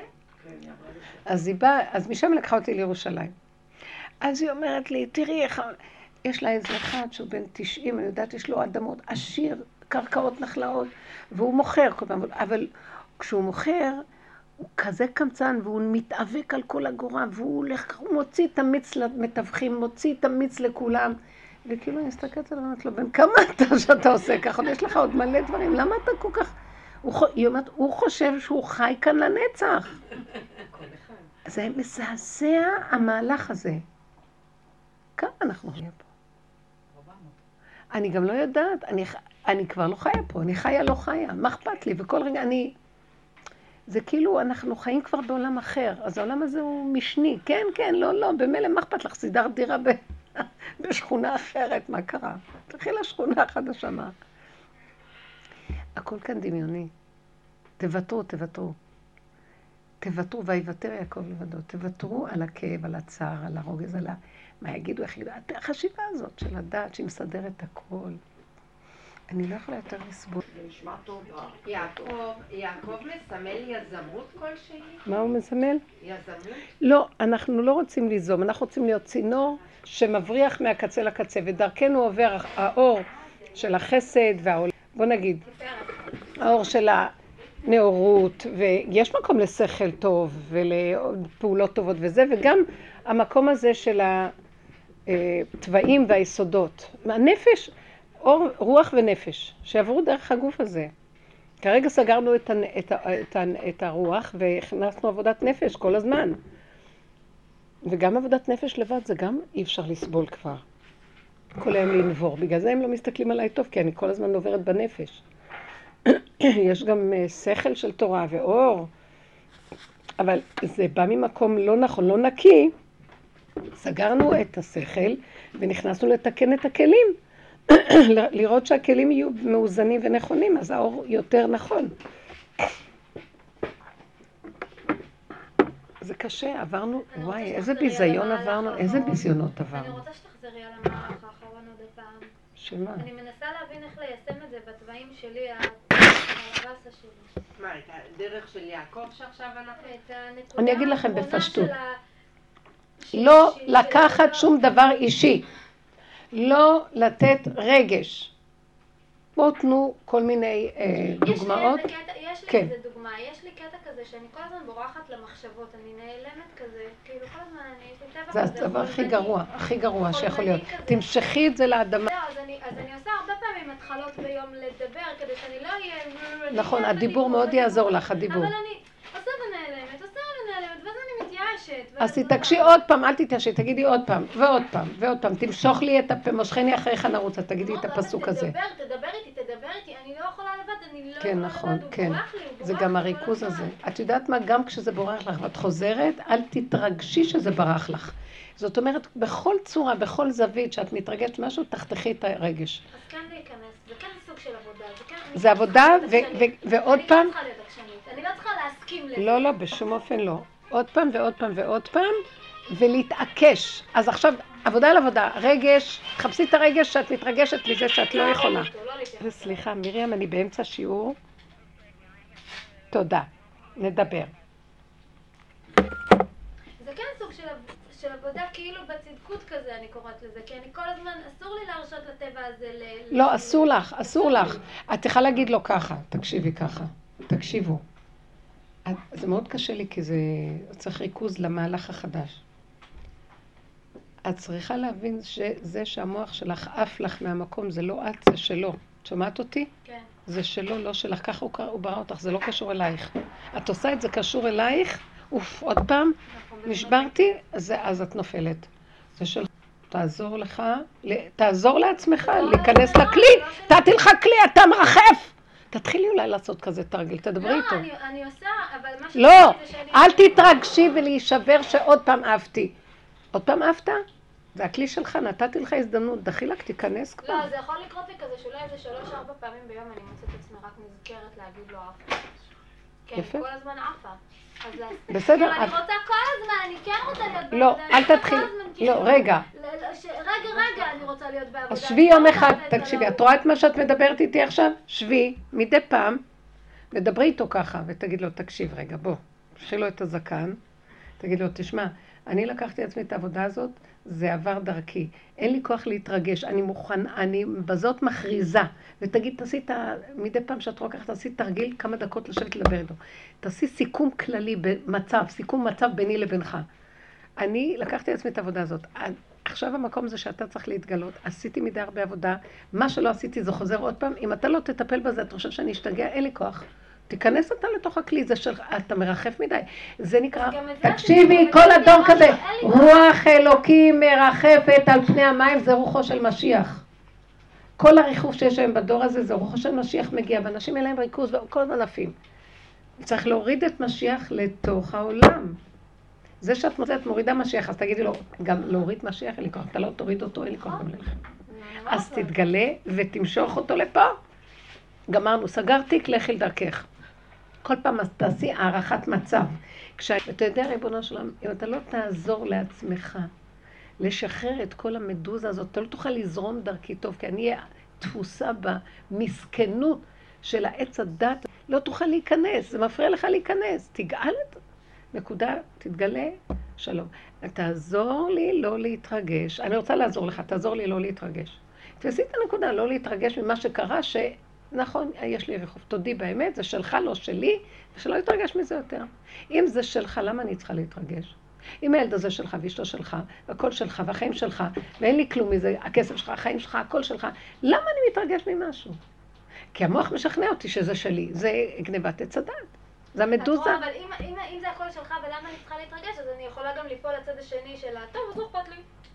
אז היא באה, אז משם לקחה אותי לירושלים. אז היא אומרת לי, תראי איך, יש לה איזה אחד שהוא בן 90, אני יודעת, יש לו אדמות עשיר, קרקעות נחלאות, והוא מוכר כל פעם, אבל כשהוא מוכר, הוא כזה קמצן, והוא מתאבק על כל הגורה, והוא הולך, הוא מוציא את המיץ למתווכים, מוציא את המיץ לכולם. וכאילו אני מסתכלת עליו, אמרת לו, בן כמה אתה שאתה עושה ככה? יש לך עוד מלא דברים, למה אתה כל כך... היא אומרת, הוא חושב שהוא חי כאן לנצח. זה מזעזע המהלך הזה. כמה אנחנו חיים פה? אני גם לא יודעת, אני כבר לא חיה פה, אני חיה לא חיה, מה אכפת לי? וכל רגע אני... זה כאילו אנחנו חיים כבר בעולם אחר, אז העולם הזה הוא משני, כן, כן, לא, במילא מה אכפת לך? סידרת דירה בשכונה אחרת, מה קרה? תלכי לשכונה החדשה, מה? הכל כאן דמיוני. תוותרו, ויוותר יעקב לבדו, תוותרו על הכאב, על הצער, על הרוגז, על מה יגידו, איך יגידו, החשיבה הזאת של הדעת שהיא מסדרת הכל. אני לא יכולה יותר לסבול. זה נשמע טוב. יעקב מסמל יזמות כלשהי? מה הוא מסמל? יזמות? לא, אנחנו לא רוצים ליזום, אנחנו רוצים להיות צינור שמבריח מהקצה לקצה, ודרכנו עובר האור של החסד והעולם. בוא נגיד, האור של הנאורות, ויש מקום לשכל טוב ולפעולות טובות וזה, וגם המקום הזה של הטבעים והיסודות. הנפש, אור, רוח ונפש, שעברו דרך הגוף הזה. כרגע סגרנו את הרוח והכנסנו עבודת נפש כל הזמן. וגם עבודת נפש לבד זה גם אי אפשר לסבול כבר. כל היום לנבור. בגלל זה הם לא מסתכלים עליי טוב, כי אני כל הזמן עוברת בנפש. יש גם שכל של תורה ואור, אבל זה בא ממקום לא נכון, לא נקי. סגרנו את השכל ונכנסנו לתקן את הכלים. לראות שהכלים יהיו מאוזנים ונכונים, אז האור יותר נכון. זה קשה, עברנו, וואי, איזה ביזיון עברנו, איזה ביזיונות עברנו. אני רוצה שתחזרי על המהלך האחרון עוד הפעם. שמה? אני מנסה להבין איך ליישם את זה בצבעים שלי, הרבסה שלי. מה, את הדרך של יעקב שעכשיו אנחנו... את הנקודה אני אגיד לכם בפשטות. של לא לקחת שום דבר אישי. לא לתת רגש. בואו תנו כל מיני דוגמאות. יש לי כן. איזה דוגמה, יש לי קטע כזה שאני כל הזמן בורחת למחשבות, אני נעלמת כזה, כאילו כל הזמן אני יש לי טבע כזה. זה הדבר הכי גרוע שיכול להיות. כזה. תמשכי את זה לאדמה. אז אני עושה הרבה פעמים התחלות ביום לדבר, כדי שאני לא אהיה... נכון, הדיבור מאוד יעזור לך, הדיבור. אבל אני עושה ונעלמת, ואז אני מתייאשת. אז תתעקשי עוד פעם, אל תתייאשי, תגידי עוד פעם, ועוד פעם, ועוד פעם. תמשוך לי את הפה, מושכני אחריך נרוצה, תגידי את הפסוק הזה. תדבר איתי, אני לא יכולה לבד, אני לא יכולה כן, לבד, נכון, הוא כן. בורח לי, זה גם הריכוז הזה. את יודעת מה? גם כשזה בורח לך ואת חוזרת, אל תתרגשי שזה ברח לך. זאת אומרת, בכל צורה, בכל זווית שאת מתרגשת משהו, תחתכי את הרגש. אז כן להיכנס, זה כן סוג של עבודה, זה עבודה, ועוד פעם... אני לא צריכה להיות עקשנית, אני לא צריכה להסכים לזה. לא, בשום אופן לא. עוד פעם ועוד פעם ועוד פעם, ולהתעקש. אז עכשיו, עבודה על עבודה, רגש, חפשי את הרגש שאת מתרגשת מזה שאת לא יכולה. סליחה, מרים, אני באמצע שיעור. תודה, נדבר. זה כן סוג של עבודה כאילו בצדקות כזה, אני קוראת לזה, כי אני כל הזמן, אסור לי להרשות לטבע הזה לא, אסור לך. את צריכה להגיד לו ככה, תקשיבי ככה, תקשיבו. זה מאוד קשה לי, כי זה צריך ריכוז למהלך החדש. את צריכה להבין שזה שהמוח שלך עף לך מהמקום, זה לא את, זה שלו. את שומעת אותי? כן. זה שלו, לא שלך. ככה הוא ברא אותך, זה לא קשור אלייך. את עושה את זה קשור אלייך, עוד פעם, נשברתי, אז את נופלת. זה שלך. תעזור לך, תעזור לעצמך, להיכנס לכלי. תעתי לך כלי, אתה מרחף. תתחילי אולי לעשות כזה תרגיל, תדברי איתו. לא, אני עושה, אבל מה לא, אל תתרגשי ולהישבר שעוד פעם אהבתי. עוד פעם אהבת? זה הכלי שלך, נתתי לך הזדמנות, דחילק, תיכנס כבר. לא, זה יכול לקרות לי כזה שאולי איזה 3-4 פעמים ביום אני מוצאת עצמי רק נזכרת להגיד לו אהבה. כן, יפה. כל הזמן עפה. בסדר. אני רוצה כל הזמן, אני כן רוצה להיות בעבודה. לא, אל תתחיל. לא, רגע. רגע, אני רוצה להיות בעבודה. אז שבי יום אחד, תקשיבי, את רואה את מה שאת מדברת איתי עכשיו? שבי, מדי פעם, ודברי איתו ככה, ותגיד לו, תקשיב רגע, בוא, תשחי לו את הזקן, תגיד לו, תשמע, אני לקחתי עצמי את העבודה הזאת, זה עבר דרכי. אין לי כוח להתרגש, אני בזאת מכריזה. ותגיד, תעשי מדי פעם שאת רוקחת, תעשי תרגיל כמה דקות לשבת לדבר איתו. תעשי סיכום כללי במצב, סיכום מצב ביני לבינך. אני לקחתי לעצמי את העבודה הזאת. עכשיו המקום זה שאתה צריך להתגלות. עשיתי מדי הרבה עבודה. מה שלא עשיתי זה חוזר עוד פעם. אם אתה לא תטפל בזה, אתה חושב שאני אשתגע, אין לי כוח. תיכנס אתה לתוך הכלי, זה שלך, אתה מרחף מדי. זה נקרא, תקשיבי, כל הדור כזה, רוח אלוקים מרחפת על פני המים, זה רוחו של משיח. כל הריחוף שיש היום בדור הזה, זה רוחו של משיח מגיע, ואנשים אליהם ריכוז וכל הזמן עפים. צריך להוריד את משיח לתוך העולם. זה שאת מוצאת מורידה משיח, אז תגידי לו, גם להוריד משיח, אין לי כוח, אתה לא תוריד אותו, אין לי כוח גם לכם. אז תתגלה ותמשוך אותו לפה. גמרנו, סגר תיק, לכי לדרכך. כל פעם תעשי הערכת מצב. אתה יודע, ריבונו שלום, אם אתה לא תעזור לעצמך, לשחרר את כל המדוזה הזאת, אתה לא תוכל לזרום דרכי טוב, כי אני אהיה תפוסה במסכנות של העץ הדת, לא תוכל להיכנס, זה מפריע לך להיכנס, תגאל את נקודה, תתגלה, שלום. תעזור לי לא להתרגש, אני רוצה לעזור לך, תעזור לי לא להתרגש. תעשי את הנקודה, לא להתרגש ממה שקרה, נכון, יש לי ריחוף, תודי באמת, זה שלך, לא שלי, ושלא יתרגש מזה יותר. אם זה שלך, למה אני צריכה להתרגש? אם הילד הזה שלך ואשתו שלך, הכל שלך והחיים שלך, ואין לי כלום מזה, הכסף שלך, החיים שלך, הכל שלך, למה אני מתרגש ממשהו? כי המוח משכנע אותי שזה שלי, זה גנבת עץ הדת, זה המדוזה. אבל אם זה הכל שלך ולמה אני צריכה להתרגש, אז אני יכולה גם ליפול לצד השני של טוב, אז לא אכפת לי.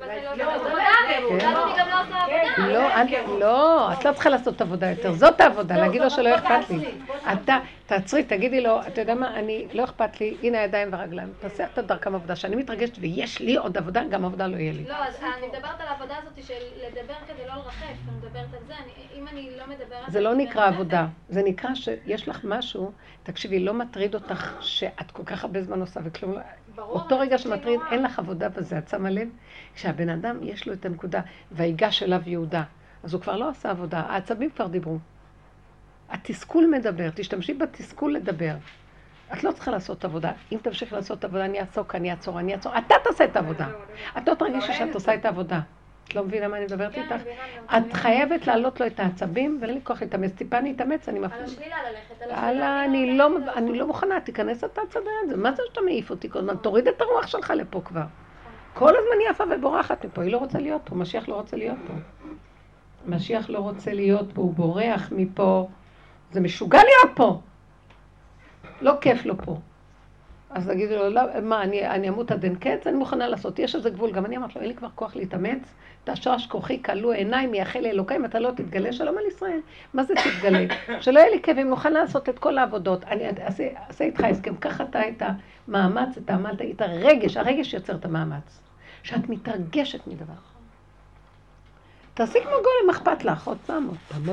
לא, את לא צריכה לעשות עבודה יותר, זאת העבודה, להגיד לו שלא אכפת לי. אתה, תעצרי, תגידי לו, אתה יודע מה, אני לא אכפת לי, הנה הידיים והרגליים, תעשה את דרכם עבודה, שאני מתרגשת ויש לי עוד עבודה, גם עבודה לא יהיה לי. לא, אז אני מדברת על העבודה הזאת של לדבר כדי לא לרחף, אני מדברת על זה, אם אני לא מדברת... זה לא נקרא עבודה, זה נקרא שיש לך משהו, תקשיבי, לא מטריד אותך שאת כל כך הרבה זמן עושה וכלום, אותו רגע שמטריד, אין לך עבודה בזה, את שמה לב? כשהבן אדם יש לו את הנקודה, והיגש אליו יהודה, אז הוא כבר לא עשה עבודה, העצבים כבר דיברו. התסכול מדבר, תשתמשי בתסכול לדבר. את לא צריכה לעשות עבודה. אם תמשיך לעשות עבודה, אני אעצור. אתה תעשה את העבודה. את לא תרגישי שאת עושה את העבודה. את לא מבינה מה אני מדברת איתך? את חייבת להעלות לו את העצבים, ואין לי כוח להתאמץ. טיפה אני אתאמץ, אני מפריעה. על השלילה ללכת, אני לא מוכנה, תיכנס אתה צדר את זה. מה זה שאתה מעיף אותי כל הזמן? תוריד את הרוח שלך לפה כבר. כל הזמן היא יפה ובורחת מפה, היא לא רוצה להיות פה, משיח לא רוצה להיות פה. משיח לא רוצה להיות פה, הוא בורח מפה. זה משוגע להיות פה. לא כיף לו פה. אז תגידו לו, לא, מה, אני אמות עד אין קץ? אני מוכנה לעשות, יש איזה גבול. גם אני אמרת לו, אין לי כבר כוח להתאמץ, תשרש כוחי, כלו עיניים, מייחל לאלוקים, אתה לא תתגלה, שלום על ישראל. מה זה תתגלה? שלא יהיה לי כאבים, נוכל לעשות את כל העבודות. אני אעשה איתך הסכם, ככה אתה את המאמץ, את הרגש, הרגש יוצר את המאמץ. שאת מתרגשת מדבר. תעשי כמו גולם, אכפת לך, עוד פעם.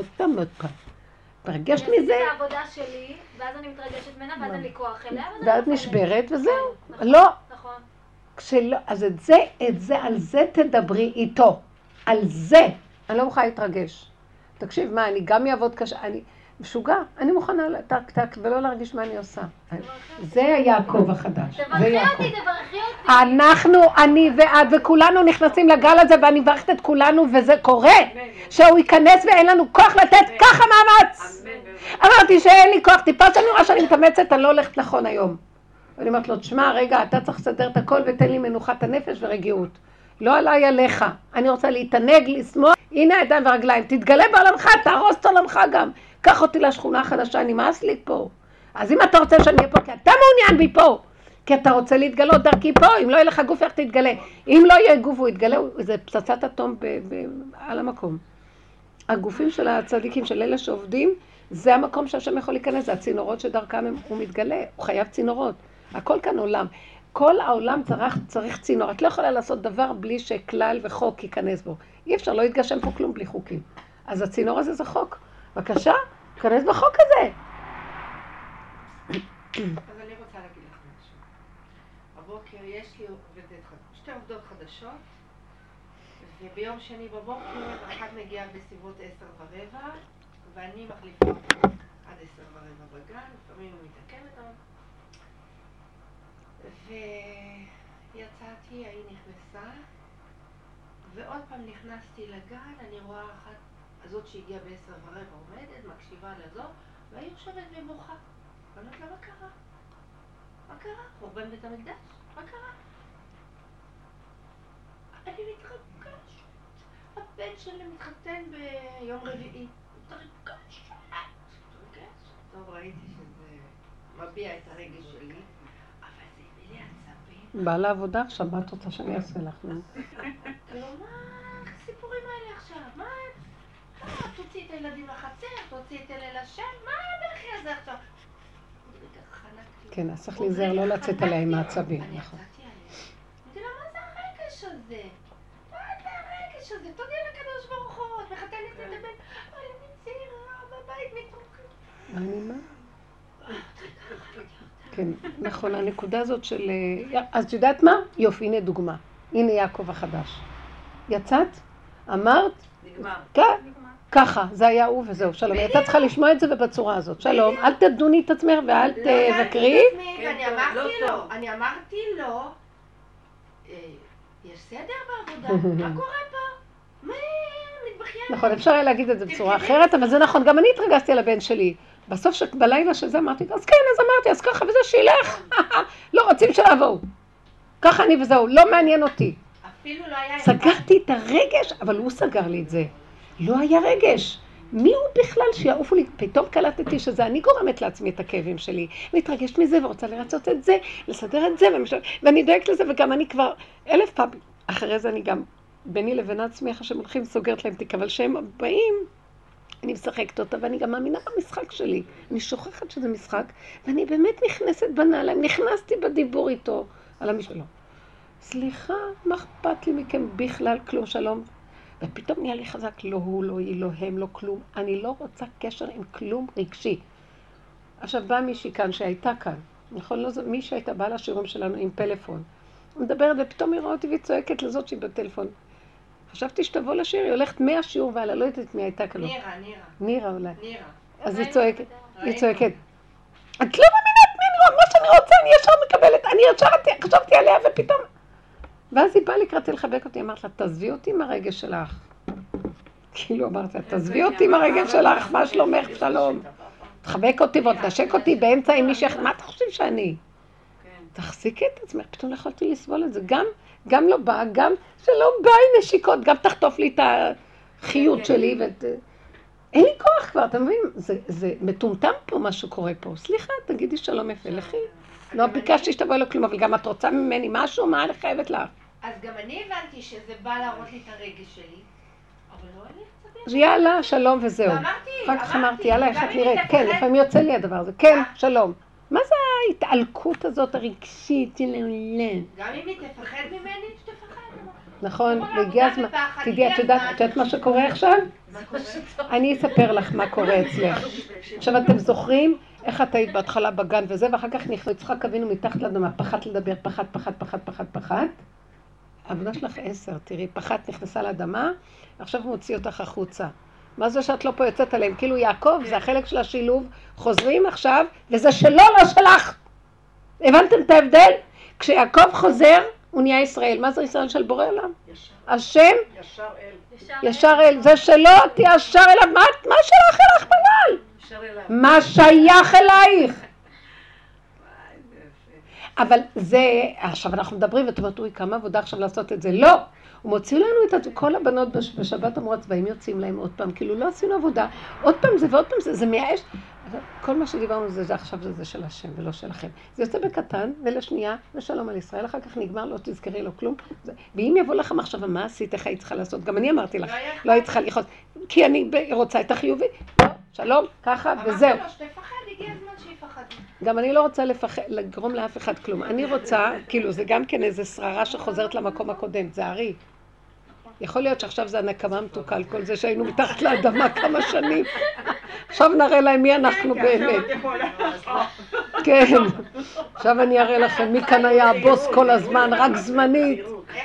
תרגשת מזה. אני עשיתי את העבודה שלי, ואז אני מתרגשת ממנה, ואז אין לי כוח אליה, ואת נשברת, וזהו. לא. נכון. אז על זה תדברי איתו. על זה. אני לא מוכנה להתרגש. תקשיב, מה, אני גם אעבוד קשה, אני משוגע, אני מוכנה טק ולא להרגיש מה אני עושה. זה יעקב החדש. תברכי אותי. אנחנו, אני ואת וכולנו נכנסים לגל הזה, ואני מברכת את כולנו, וזה קורה. שהוא ייכנס ואין לנו כוח לתת ככה מאמץ. אמרתי שאין לי כוח, טיפה שאני רואה שאני מתאמצת, אני לא הולכת נכון היום. אני אומרת לו, תשמע, רגע, אתה צריך לסדר את הכל ותן לי מנוחת הנפש ורגיעות. לא עליי עליך, אני רוצה להתענג, לשמוח, הנה הידיים והרגליים, תתגלה בעולמך, תהרוס את עולמך גם. קח אותי לשכונה החדשה, נמאס לי פה. אז אם אתה רוצה שאני אהיה פה, כי אתה מעוניין בי פה, כי אתה רוצה להתגלות דרכי פה, אם לא יהיה לך גוף, איך תתגלה? אם לא יהיה גוף, הוא יתגלה, זה פצצת אטום על המקום. הגופים של הצדיקים, של אלה שעובדים, זה המקום שהשם יכול להיכנס, זה הצינורות שדרכם הוא מתגלה, הוא חייב צינורות. הכל כאן עולם. כל העולם צריך צינור. את לא יכולה לעשות דבר בלי שכלל וחוק ייכנס בו. אי אפשר, לא יתגשם פה כלום בלי חוקים. אז הצינור הזה זה חוק. בבקשה, תיכנס בחוק הזה. אז אני רוצה להגיד לך משהו. הבוקר יש לי שתי עובדות חדשות, וביום שני בבוקר אחת מגיעה בסביבות 10:15, ואני מחליפה אותה עד 10:15 בגן, לפעמים הוא מתעכב איתם. ויצאתי, היא נכנסה, ועוד פעם נכנסתי לגן, אני רואה אחת, הזאת שהגיעה ב10:15 עומדת, מקשיבה לזו, והיא יושבת ובוכה. אומרת לה, מה קרה? מה קרה? חורבן בית המקדש? מה קרה? אני מתרגשת. הבן שלי מתחתן ביום רביעי. מתרגשת. טוב, ראיתי שזה מביע את הרגש שלי, אבל זה הביא לי עצבים. בא לעבודה עכשיו, מה את רוצה שאני אעשה לך? כאילו, מה הסיפורים האלה עכשיו? מה? תוציא את הילדים לחצר, תוציא את אלה לשם, מה הבכי הזה עכשיו? כן, אז צריך להיזהר לא לצאת עליה עם העצבים, אני נכון. יצאתי עליה. אמרתי לה, מה זה הרגש הזה? מה זה הרגש הזה? תודי לקדוש ברוך הוא, את מחתנת את הבן, אני צעירה, בבית מתוקה. אני מה? כן, נכון, הנקודה הזאת של... אז את יודעת מה? יופי, הנה דוגמה. הנה יעקב החדש. יצאת? אמרת? נגמר. כן, ככה, זה היה הוא וזהו, שלום. היא הייתה צריכה לשמוע את זה ובצורה הזאת. שלום, אל תדוני את עצמך ואל תבקרי. אני אמרתי לו, יש סדר בעבודה, מה קורה פה? מה מתבכיין? נכון, אפשר היה להגיד את זה בצורה אחרת, אבל זה נכון, גם אני התרגשתי על הבן שלי. בסוף בלילה שזה אמרתי, אז כן, אז אמרתי, אז ככה, וזה שילך. לא רוצים שלעבור. ככה אני וזהו, לא מעניין אותי. אפילו לא היה... סגרתי את הרגש, אבל הוא סגר לי את זה. לא היה רגש. מי הוא בכלל שיעופו לי? פתאום קלטתי שזה אני גורמת לעצמי את הכאבים שלי. מתרגשת מזה ורוצה לרצות את זה, לסדר את זה, ואני דואגת לזה, וגם אני כבר 1000 פעמים. אחרי זה אני גם, ביני לבין עצמי, אחרי שהם הולכים, סוגרת להם תיק, אבל שהם באים, אני משחקת אותה, ואני גם מאמינה במשחק שלי. אני שוכחת שזה משחק, ואני באמת נכנסת בנעליים, נכנסתי בדיבור איתו על המשלו. סליחה, מה אכפת לי מכם בכלל? כלום, שלום. ופתאום נהיה לי חזק, לא הוא, לא היא, לא הם, לא כלום. אני לא רוצה קשר עם כלום רגשי. עכשיו באה מישהי כאן שהייתה כאן, נכון? לא, מי שהייתה באה לשיעורים שלנו עם פלאפון. היא מדברת ופתאום היא רואה אותי והיא צועקת לזאת שהיא בטלפון. חשבתי שתבוא לשיר, היא הולכת מהשיעור ועלה, לא יודעת מי הייתה כאן. נירה אולי. נירה. אז היא צועקת, את לא מאמינה את מי, מה שאני רוצה, אני ישר מקבלת, אני ישר חשבתי עליה ופתאום... ואז היא באה לקראתי לחבק אותי, אמרת לה, תעזבי אותי עם הרגש שלך. כאילו אמרת לה, תעזבי אותי עם הרגש שלך, מה שלומך, שלום. תחבק אותי ועוד תנשק אותי באמצע עם מישהי, מה אתה חושב שאני? תחזיקי את עצמך, פתאום לא יכולתי לסבול את זה, גם לא בא, גם שלא בא עם נשיקות, גם תחטוף לי את החיות שלי ואת... אין לי כוח כבר, אתה מבין? זה מטומטם פה מה שקורה פה. סליחה, תגידי שלום יפה לכי. לא ביקשתי שתבואי לו כלום, אבל גם את רוצה ממני משהו, מה אני חייבת לך? אז גם אני הבנתי שזה בא להראות לי את הרגש שלי, אבל לא היה לי עצבים. אז יאללה, שלום וזהו. אחר כך אמרתי, יאללה, איך את נראית? כן, לפעמים יוצא לי הדבר הזה. כן, שלום. מה זה ההתעלקות הזאת הרגשית? גם אם היא תפחד ממני, שתפחד. נכון, והגיע הזמן. תדעי, את יודעת מה שקורה עכשיו? אני אספר לך מה קורה אצלך. עכשיו אתם זוכרים איך את היית בהתחלה בגן וזה, ואחר כך יצחק אבינו מתחת לאדמה, פחת לדבר, פחת. העבודה שלך 10, תראי, פחת נכנסה לאדמה, עכשיו הוא מוציא אותך החוצה. מה זה שאת לא פה יוצאת עליהם? כאילו יעקב, זה החלק של השילוב, חוזרים עכשיו, וזה שלו, לא שלך. הבנתם את ההבדל? כשיעקב חוזר, הוא נהיה ישראל. מה זה ישראל של בורא עולם? השם? ישר אל. זה שלו, תהיה ישר אליו. מה שלך אלייך בנל? מה שייך אלייך? אבל זה, עכשיו אנחנו מדברים ואת אומרת, אוי, כמה עבודה עכשיו לעשות את זה. לא! הוא מוציא לנו את כל הבנות בשבת אמרו הצבעים יוצאים להם עוד פעם, כאילו לא עשינו עבודה. עוד פעם זה ועוד פעם זה מייאש. אבל כל מה שדיברנו זה עכשיו זה של השם ולא שלכם. זה יוצא בקטן ולשנייה ושלום על ישראל, אחר כך נגמר, לא תזכרי לו כלום. ואם יבוא לך מחשבה, מה עשית, איך היית צריכה לעשות? גם אני אמרתי לך, לא היית צריכה ללחוץ, כי אני רוצה את החיובי. לא, שלום, ככה וזהו. אמרתי לו, שתפחד, הגיע הזמן שיפחד. גם אני לא רוצה לגרום לאף אחד כלום. אני רוצה, כאילו זה גם כן איזו שררה שחוזרת למקום הקודם, זה הרי. יכול להיות שעכשיו זה הנקמה מתוקה על כל זה שהיינו מתחת לאדמה כמה שנים. עכשיו נראה להם מי אנחנו באמת. כן, עכשיו אני אראה לכם מי כאן היה הבוס כל הזמן, רק זמנית.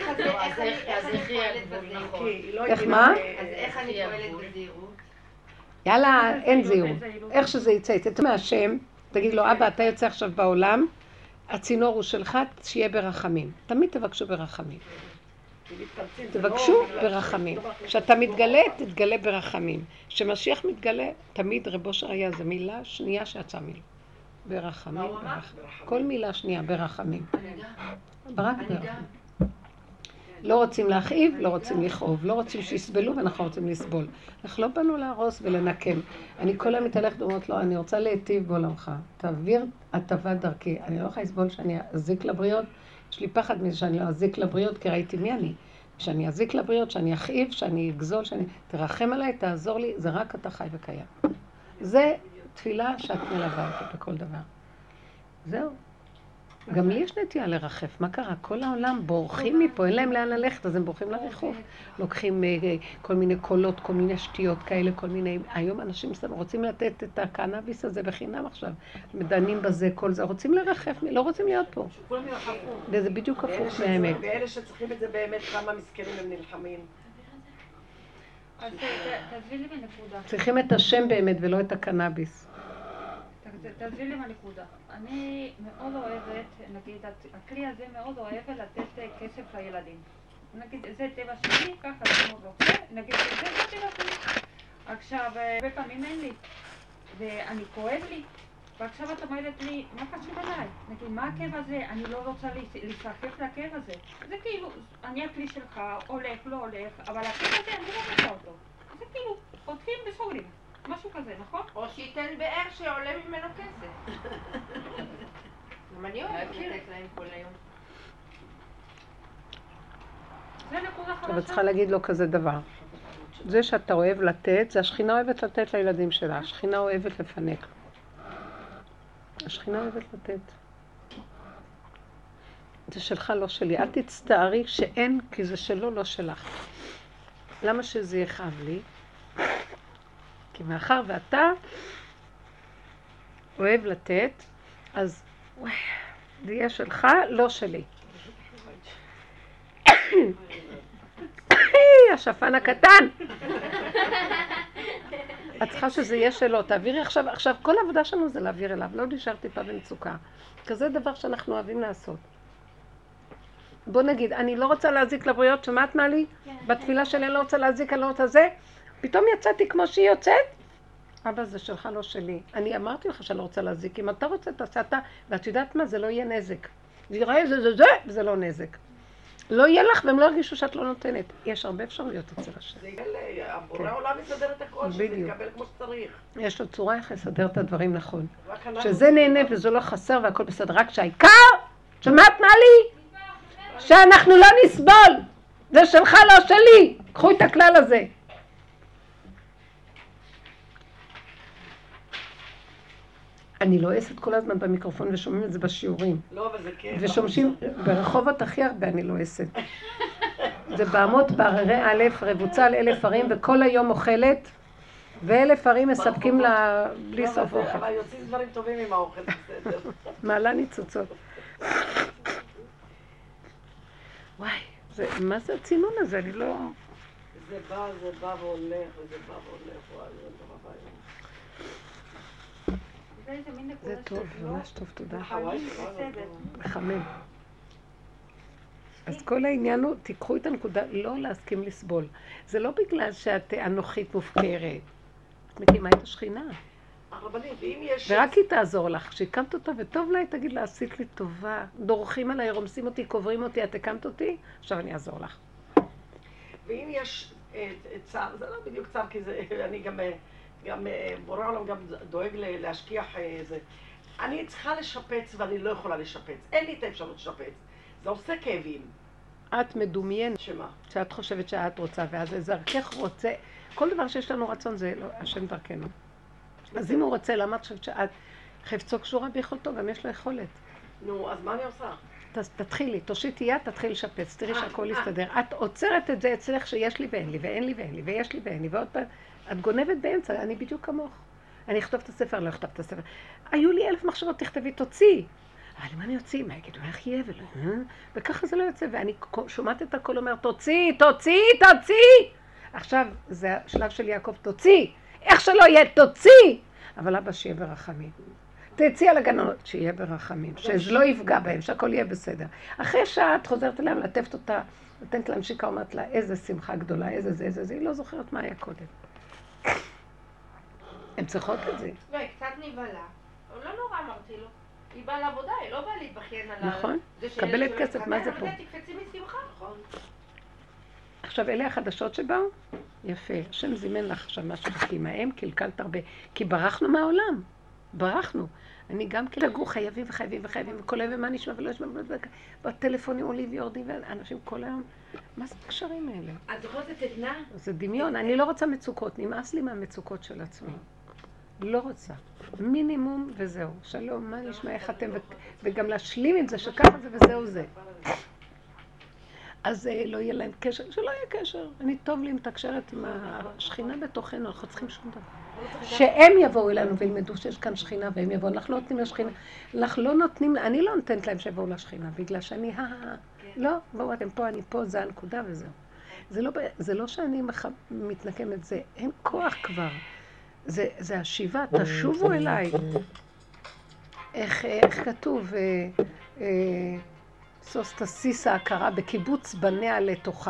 איך מה? אז איך אני פועלת בזהירות? יאללה, אין זהירות. איך שזה יצא, תצא מהשם, תגיד לו, אבא, אתה יוצא עכשיו בעולם, הצינור הוא שלך, שיהיה ברחמים. תמיד תבקשו ברחמים. כי מתפרצים, זה לא תבקשו בגלל ברחמים. לא רק- כשאתה מתגלה, תתגלה ברחמים. כשמשיח מתגלה, תמיד רב אושר היה, זו מילה שנייה שיצאה מילה. ברחמים, מה הוא אמר? כל מילה שנייה ברחמים. אני גם. רק אני ברחמים. גם. לא רוצים להכאיב, לא רוצים לכאוב, לא רוצים שיסבלו ואנחנו רוצים לסבול. אנחנו לא באנו להרוס ולנקם. אני כל היום מתהלכת ואומרת לו, אני רוצה להיטיב בעולמך. תעביר הטבה דרכי. אני לא יכולה לסבול שאני אזיק לבריות. יש לי פחד מזה שאני לא אזיק לבריות, כי ראיתי מי אני. שאני אזיק לבריות, שאני אכאיב, שאני אגזול, שאני... תרחם עליי, תעזור לי, זה רק אתה חי וקיים. זה תפילה שאת מלווה אותי בכל דבר. זהו. גם לי יש נטייה לרחף, מה קרה? כל העולם בורחים מפה, אין להם לאן ללכת, אז הם בורחים לריחוף. לוקחים כל מיני קולות, כל מיני שטויות כאלה, כל מיני... היום אנשים רוצים לתת את הקנאביס הזה בחינם עכשיו, מדענים בזה, כל זה, רוצים לרחף, לא רוצים להיות פה. כולם ירחפו. וזה בדיוק הפוך מהאמת. ואלה שצריכים את זה באמת, כמה מסכנים הם נלחמים. אז תעזבי לי בנקודה. צריכים את השם באמת ולא את הקנאביס. תעזבי לי בנקודה. אני מאוד אוהבת, נגיד, הכלי הזה מאוד אוהבת לתת כסף לילדים. נגיד, זה טבע שלי, ככה אני מאוד רוצה, נגיד, זה טבע שלי. עכשיו, הרבה פעמים אין לי, ואני כואב לי, ועכשיו את אומרת לי, מה חשוב עליי? נגיד, מה הכאב הזה? אני לא רוצה להיסחף לכאב הזה. זה כאילו, אני הכלי שלך, הולך, לא הולך, אבל הכאב הזה, אני לא רוצה אותו. זה כאילו, פותחים וסוגרים. משהו כזה, נכון? או שייתן באר שעולה ממנו כסף. גם אני אוהבת לתת להם כל היום. זה נקודה חדשה. אבל צריכה להגיד לו כזה דבר. זה שאתה אוהב לתת, זה השכינה אוהבת לתת לילדים שלה. השכינה אוהבת לפנק. השכינה אוהבת לתת. זה שלך, לא שלי. אל תצטערי שאין, כי זה שלו, לא שלך. למה שזה יכאב לי? כי מאחר ואתה אוהב לתת, אז זה יהיה שלך, לא שלי. השפן הקטן. את צריכה שזה יהיה שלו. תעבירי עכשיו כל העבודה שלנו זה להעביר אליו. לא נשאר טיפה במצוקה. כזה דבר שאנחנו אוהבים לעשות. בוא נגיד, אני לא רוצה להזיק לבריות, שמעת מה לי? בתפילה שלי אני לא רוצה להזיק, אני לא רוצה זה. פתאום יצאתי כמו שהיא יוצאת. אבא, זה שלך, לא שלי. אני אמרתי לך שאני לא רוצה להזיק. אם אתה רוצה, תעשה אתה. ואת יודעת מה? זה לא יהיה נזק. זה יראה זה, וזה לא נזק. לא יהיה לך והם לא ירגישו שאת לא נותנת. יש הרבה אפשרויות אצל השם. זה יהיה, הבורא העולם יסדר את הכל, שזה יקבל כמו שצריך. יש לו צורה איך לסדר את הדברים נכון. רק אנחנו- שזה נהנה וזה לא חסר והכל בסדר. רק שהעיקר, שמעת מה לי? שאנחנו לא נסבול. זה שלך, לא שלי. קחו את הכלל הזה. אני לועסת כל הזמן במיקרופון ושומעים את זה בשיעורים. לא, אבל זה כן. ושומשים, ברחובות הכי הרבה אני לועסת. זה בעמות בהררי א', רבוצה על 1,000 ערים, וכל היום אוכלת, ו1,000 ערים מספקים לה בלי סוף אוכל. אבל יוצאים דברים טובים עם האוכל, בסדר. מעלה ניצוצות. וואי, מה זה הצינון הזה? אני לא... זה בא והולך, וזה בא והולך, וואי, זה נורא ואיום. זה איזה מין נקודה זה טוב, שלא ממש טוב, תודה. חוואי, בסדר. מחמם. אז כל העניין הוא, תיקחו את הנקודה, לא להסכים לסבול. זה לא בגלל שאת אנוכית מופקרת. את מקימה את השכינה. הרבנית, ואם יש... ורק היא תעזור לך. כשהקמת אותה וטוב לה, היא תגיד לה, עשית לי טובה. דורכים עליי, רומסים אותי, קוברים אותי, את הקמת אותי, עכשיו אני אעזור לך. ואם יש צער, זה לא בדיוק צער, כי זה, אני גם בורא עולם גם דואג להשכיח זה. אני צריכה לשפץ ואני לא יכולה לשפץ. אין לי את האפשרות לשפץ. זה עושה כאבים. את מדומיינת שמה? שאת חושבת שאת רוצה, ואז זרקך רוצה, כל דבר שיש לנו רצון זה לא, השם דרכנו. אז אם הוא רוצה, למה את חושבת שאת חפצו קשורה ביכולתו, גם יש לו יכולת. נו, אז מה אני עושה? תתחילי, תושיטי יד, תתחיל לשפץ, תראי שהכל יסתדר. את עוצרת את זה אצלך שיש לי ואין לי, ואין לי ואין לי, ויש לי ואין לי, ועוד פעם, את גונבת באמצע, אני בדיוק כמוך. אני אכתוב את הספר, לא אכתוב את הספר. היו לי 1,000 מחשבות, תכתבי, תוציא. אבל מה אני אוציא? מה יגידו? איך יהיה? וככה זה לא יוצא, ואני שומעת את הכל אומר, תוציא, תוציא, תוציא! עכשיו, זה השלב של יעקב, תוציא! איך שלא יהיה, תוציא! אבל אבא שיהיה ברחמים. תצאי על הגננות, שיהיה ברחמים, שזה לא יפגע בהם, שהכל יהיה בסדר. אחרי שעה את חוזרת אליה, מלטפת אותה, נותנת לה נשיקה, אומרת לה, איזה שמחה גדולה, איזה, היא לא זוכרת מה היה קודם. הן צריכות את זה. לא, היא קצת נבהלה. לא נורא אמרתי לו. היא באה לעבודה, היא לא באה להתבכיין על נכון, קבלת כסף, מה זה פה? תקפצי משמחה. נכון. עכשיו, אלה החדשות שבאו? יפה, השם זימן לך עכשיו משהו, כי מההם קלקלת הרבה, כי ברחנו מהעולם, ברחנו. אני גם תגעו חייבים, וכל היום מה נשמע ולא נשמע, בטלפונים עולים ויורדים, ואנשים כל היום, מה זה הקשרים האלה? את זוכרת את עדנה? זה דמיון, אני לא רוצה מצוקות, נמאס לי מהמצוקות של עצמי. לא רוצה. מינימום וזהו. שלום, מה נשמע, איך אתם, וגם להשלים עם זה שככה זה וזהו זה. אז לא יהיה להם קשר, שלא יהיה קשר. אני טוב לי מתקשרת עם השכינה בתוכנו, אנחנו צריכים שום דבר. שהם יבואו אלינו וילמדו שיש כאן שכינה והם יבואו, אנחנו לא נותנים לשכינה, אני לא נותנת להם שיבואו לשכינה, בגלל שאני, לא, בואו אתם פה, אני פה, זה הנקודה וזהו. זה לא שאני מתנקמת, זה אין כוח כבר. זה השיבה, תשובו אליי. איך כתוב, סוס תסיס ההכרה בקיבוץ בניה לתוכה.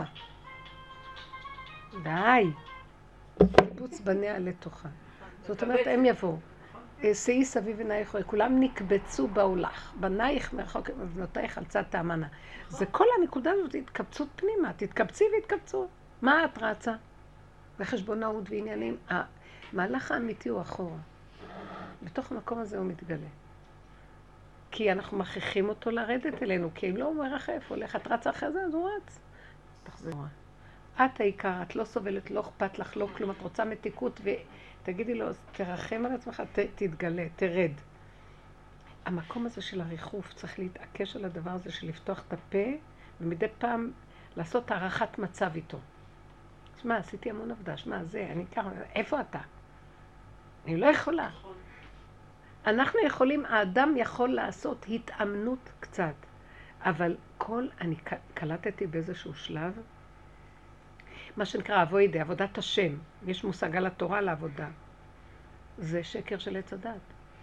די. קיבוץ בניה לתוכה. זאת אומרת, הם יבואו. שאי סביב עינייך, כולם נקבצו בהולך. בנייך מרחוק ובנותייך על צד תאמנה. זה כל הנקודה הזאת, התקבצות פנימה. תתקבצי והתקבצו. מה את רצה? בחשבונאות ועניינים. המהלך האמיתי הוא אחורה. בתוך המקום הזה הוא מתגלה. כי אנחנו מכריחים אותו לרדת אלינו, כי אם לא הוא מרחף, הולך, את רצה אחרי זה, אז הוא רץ. תחזרו. את העיקר, את לא סובלת, לא אכפת לך, לא כלום, את רוצה מתיקות, ותגידי לו, תרחם על עצמך, תתגלה, תרד. המקום הזה של הריחוף, צריך להתעקש על הדבר הזה של לפתוח את הפה, ומדי פעם לעשות הערכת מצב איתו. שמע, עשיתי המון עבודה, שמע, זה, אני ככה, איפה אתה? אני לא יכולה. אנחנו יכולים, האדם יכול לעשות התאמנות קצת, אבל אני קלטתי באיזשהו שלב, מה שנקרא אבוידה, עבודת השם, יש מושג על התורה לעבודה, זה שקר של עץ הדת.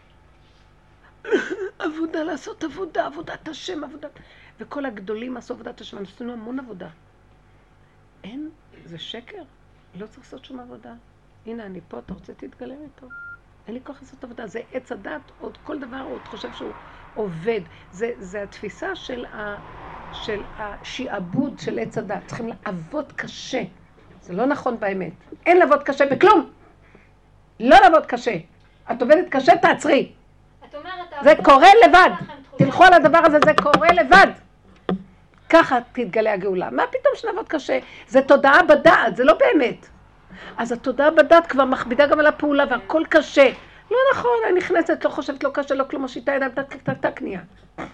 עבודה, לעשות עבודה, עבודת השם, וכל הגדולים עשו עבודת השם, עשינו המון עבודה. אין, זה שקר, לא צריך לעשות שום עבודה. הנה אני פה, אתה רוצה תתגלה איתו. אין לי כוח לעשות עבודה, זה עץ הדת, עוד כל דבר הוא עוד חושב שהוא עובד. זה התפיסה של השיעבוד של עץ הדת. צריכים לעבוד קשה. זה לא נכון באמת. אין לעבוד קשה בכלום. לא לעבוד קשה. את עובדת קשה, תעצרי. זה קורה לבד. תלכו על הדבר הזה, זה קורה לבד. ככה תתגלה הגאולה. מה פתאום שנעבוד קשה? זה תודעה בדעת, זה לא באמת. אז התודעה בדעת כבר מכבידה גם על הפעולה, והכל קשה. לא נכון, אני נכנסת, לא חושבת, לא קשה, לא כלום, השיטה ידיים, טק, נהיה.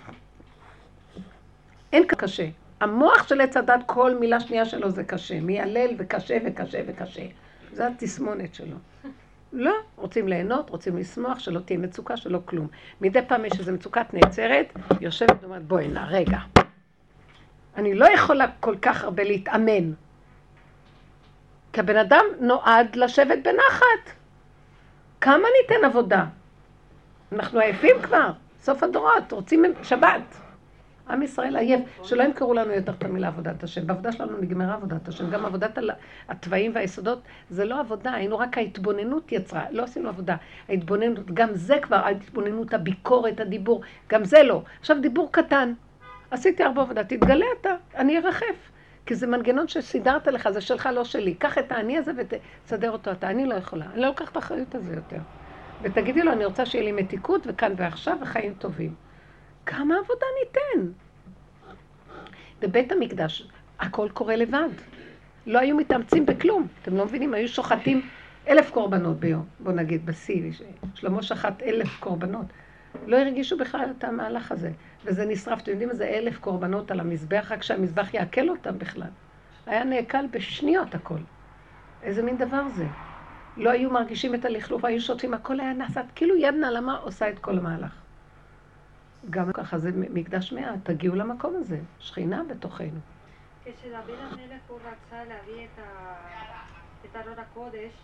אין קשה. המוח של עץ הדת, כל מילה שנייה שלו זה קשה. מיילל וקשה. זה התסמונת שלו. לא, רוצים ליהנות, רוצים לשמוח, שלא תהיה מצוקה, שלא כלום. מדי פעם יש איזו מצוקת נעצרת, יושבת ואומרת, בואי הנה, רגע. אני לא יכולה כל כך הרבה להתאמן. כי הבן אדם נועד לשבת בנחת. כמה ניתן עבודה? אנחנו עייפים כבר, סוף הדורות, רוצים שבת. עם ישראל עייף, שלא ימכרו לנו יותר את המילה עבודת השם. בעבודה שלנו נגמרה עבודת השם, גם עבודת התוואים והיסודות, זה לא עבודה, היינו רק ההתבוננות יצרה, לא עשינו עבודה. ההתבוננות, גם זה כבר, ההתבוננות, הביקורת, הדיבור, גם זה לא. עכשיו דיבור קטן, עשיתי הרבה עבודה, תתגלה אתה, אני ארחף. כי זה מנגנון שסידרת לך, זה שלך, לא שלי. קח את העני הזה ותסדר אותו אתה. אני לא יכולה. אני לא לוקחת את האחריות הזה יותר. ותגידי לו, אני רוצה שיהיה לי מתיקות וכאן ועכשיו וחיים טובים. כמה עבודה ניתן? בבית המקדש, הכל קורה לבד. לא היו מתאמצים בכלום. אתם לא מבינים, היו שוחטים 1,000 קורבנות ביום. בוא נגיד, בסי, שלמה שחט 1,000 קורבנות. לא הרגישו בכלל את המהלך הזה. וזה נשרף, אתם יודעים, זה 1,000 קורבנות על המזבח, רק שהמזבח יעכל אותם בכלל. היה נעקל בשניות הכל. איזה מין דבר זה? לא היו מרגישים את הלכלוך, היו שוטפים, הכל היה נעשה, כאילו יד נעלמה עושה את כל המהלך. גם ככה זה מקדש מעט, תגיעו למקום הזה, שכינה בתוכנו. כשדוד המלך הוא רצה להביא את ארון הקודש,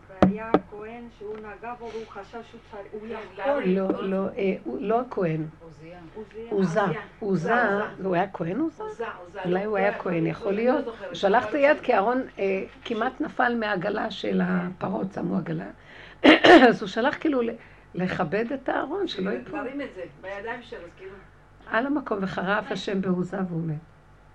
והיה כהן שהוא נגע בו והוא חשב שהוא יכול. לא הכהן. עוזה, הוא היה כהן עוזה? אולי הוא היה כהן, יכול להיות. הוא שלח את היד כי אהרון כמעט נפל מהעגלה של הפרות, שמו עגלה. אז הוא שלח כאילו לכבד את האהרון, שלא ייפול. להרים את זה בידיים שלו, כאילו. על המקום וחרף השם בעוזה והוא מת.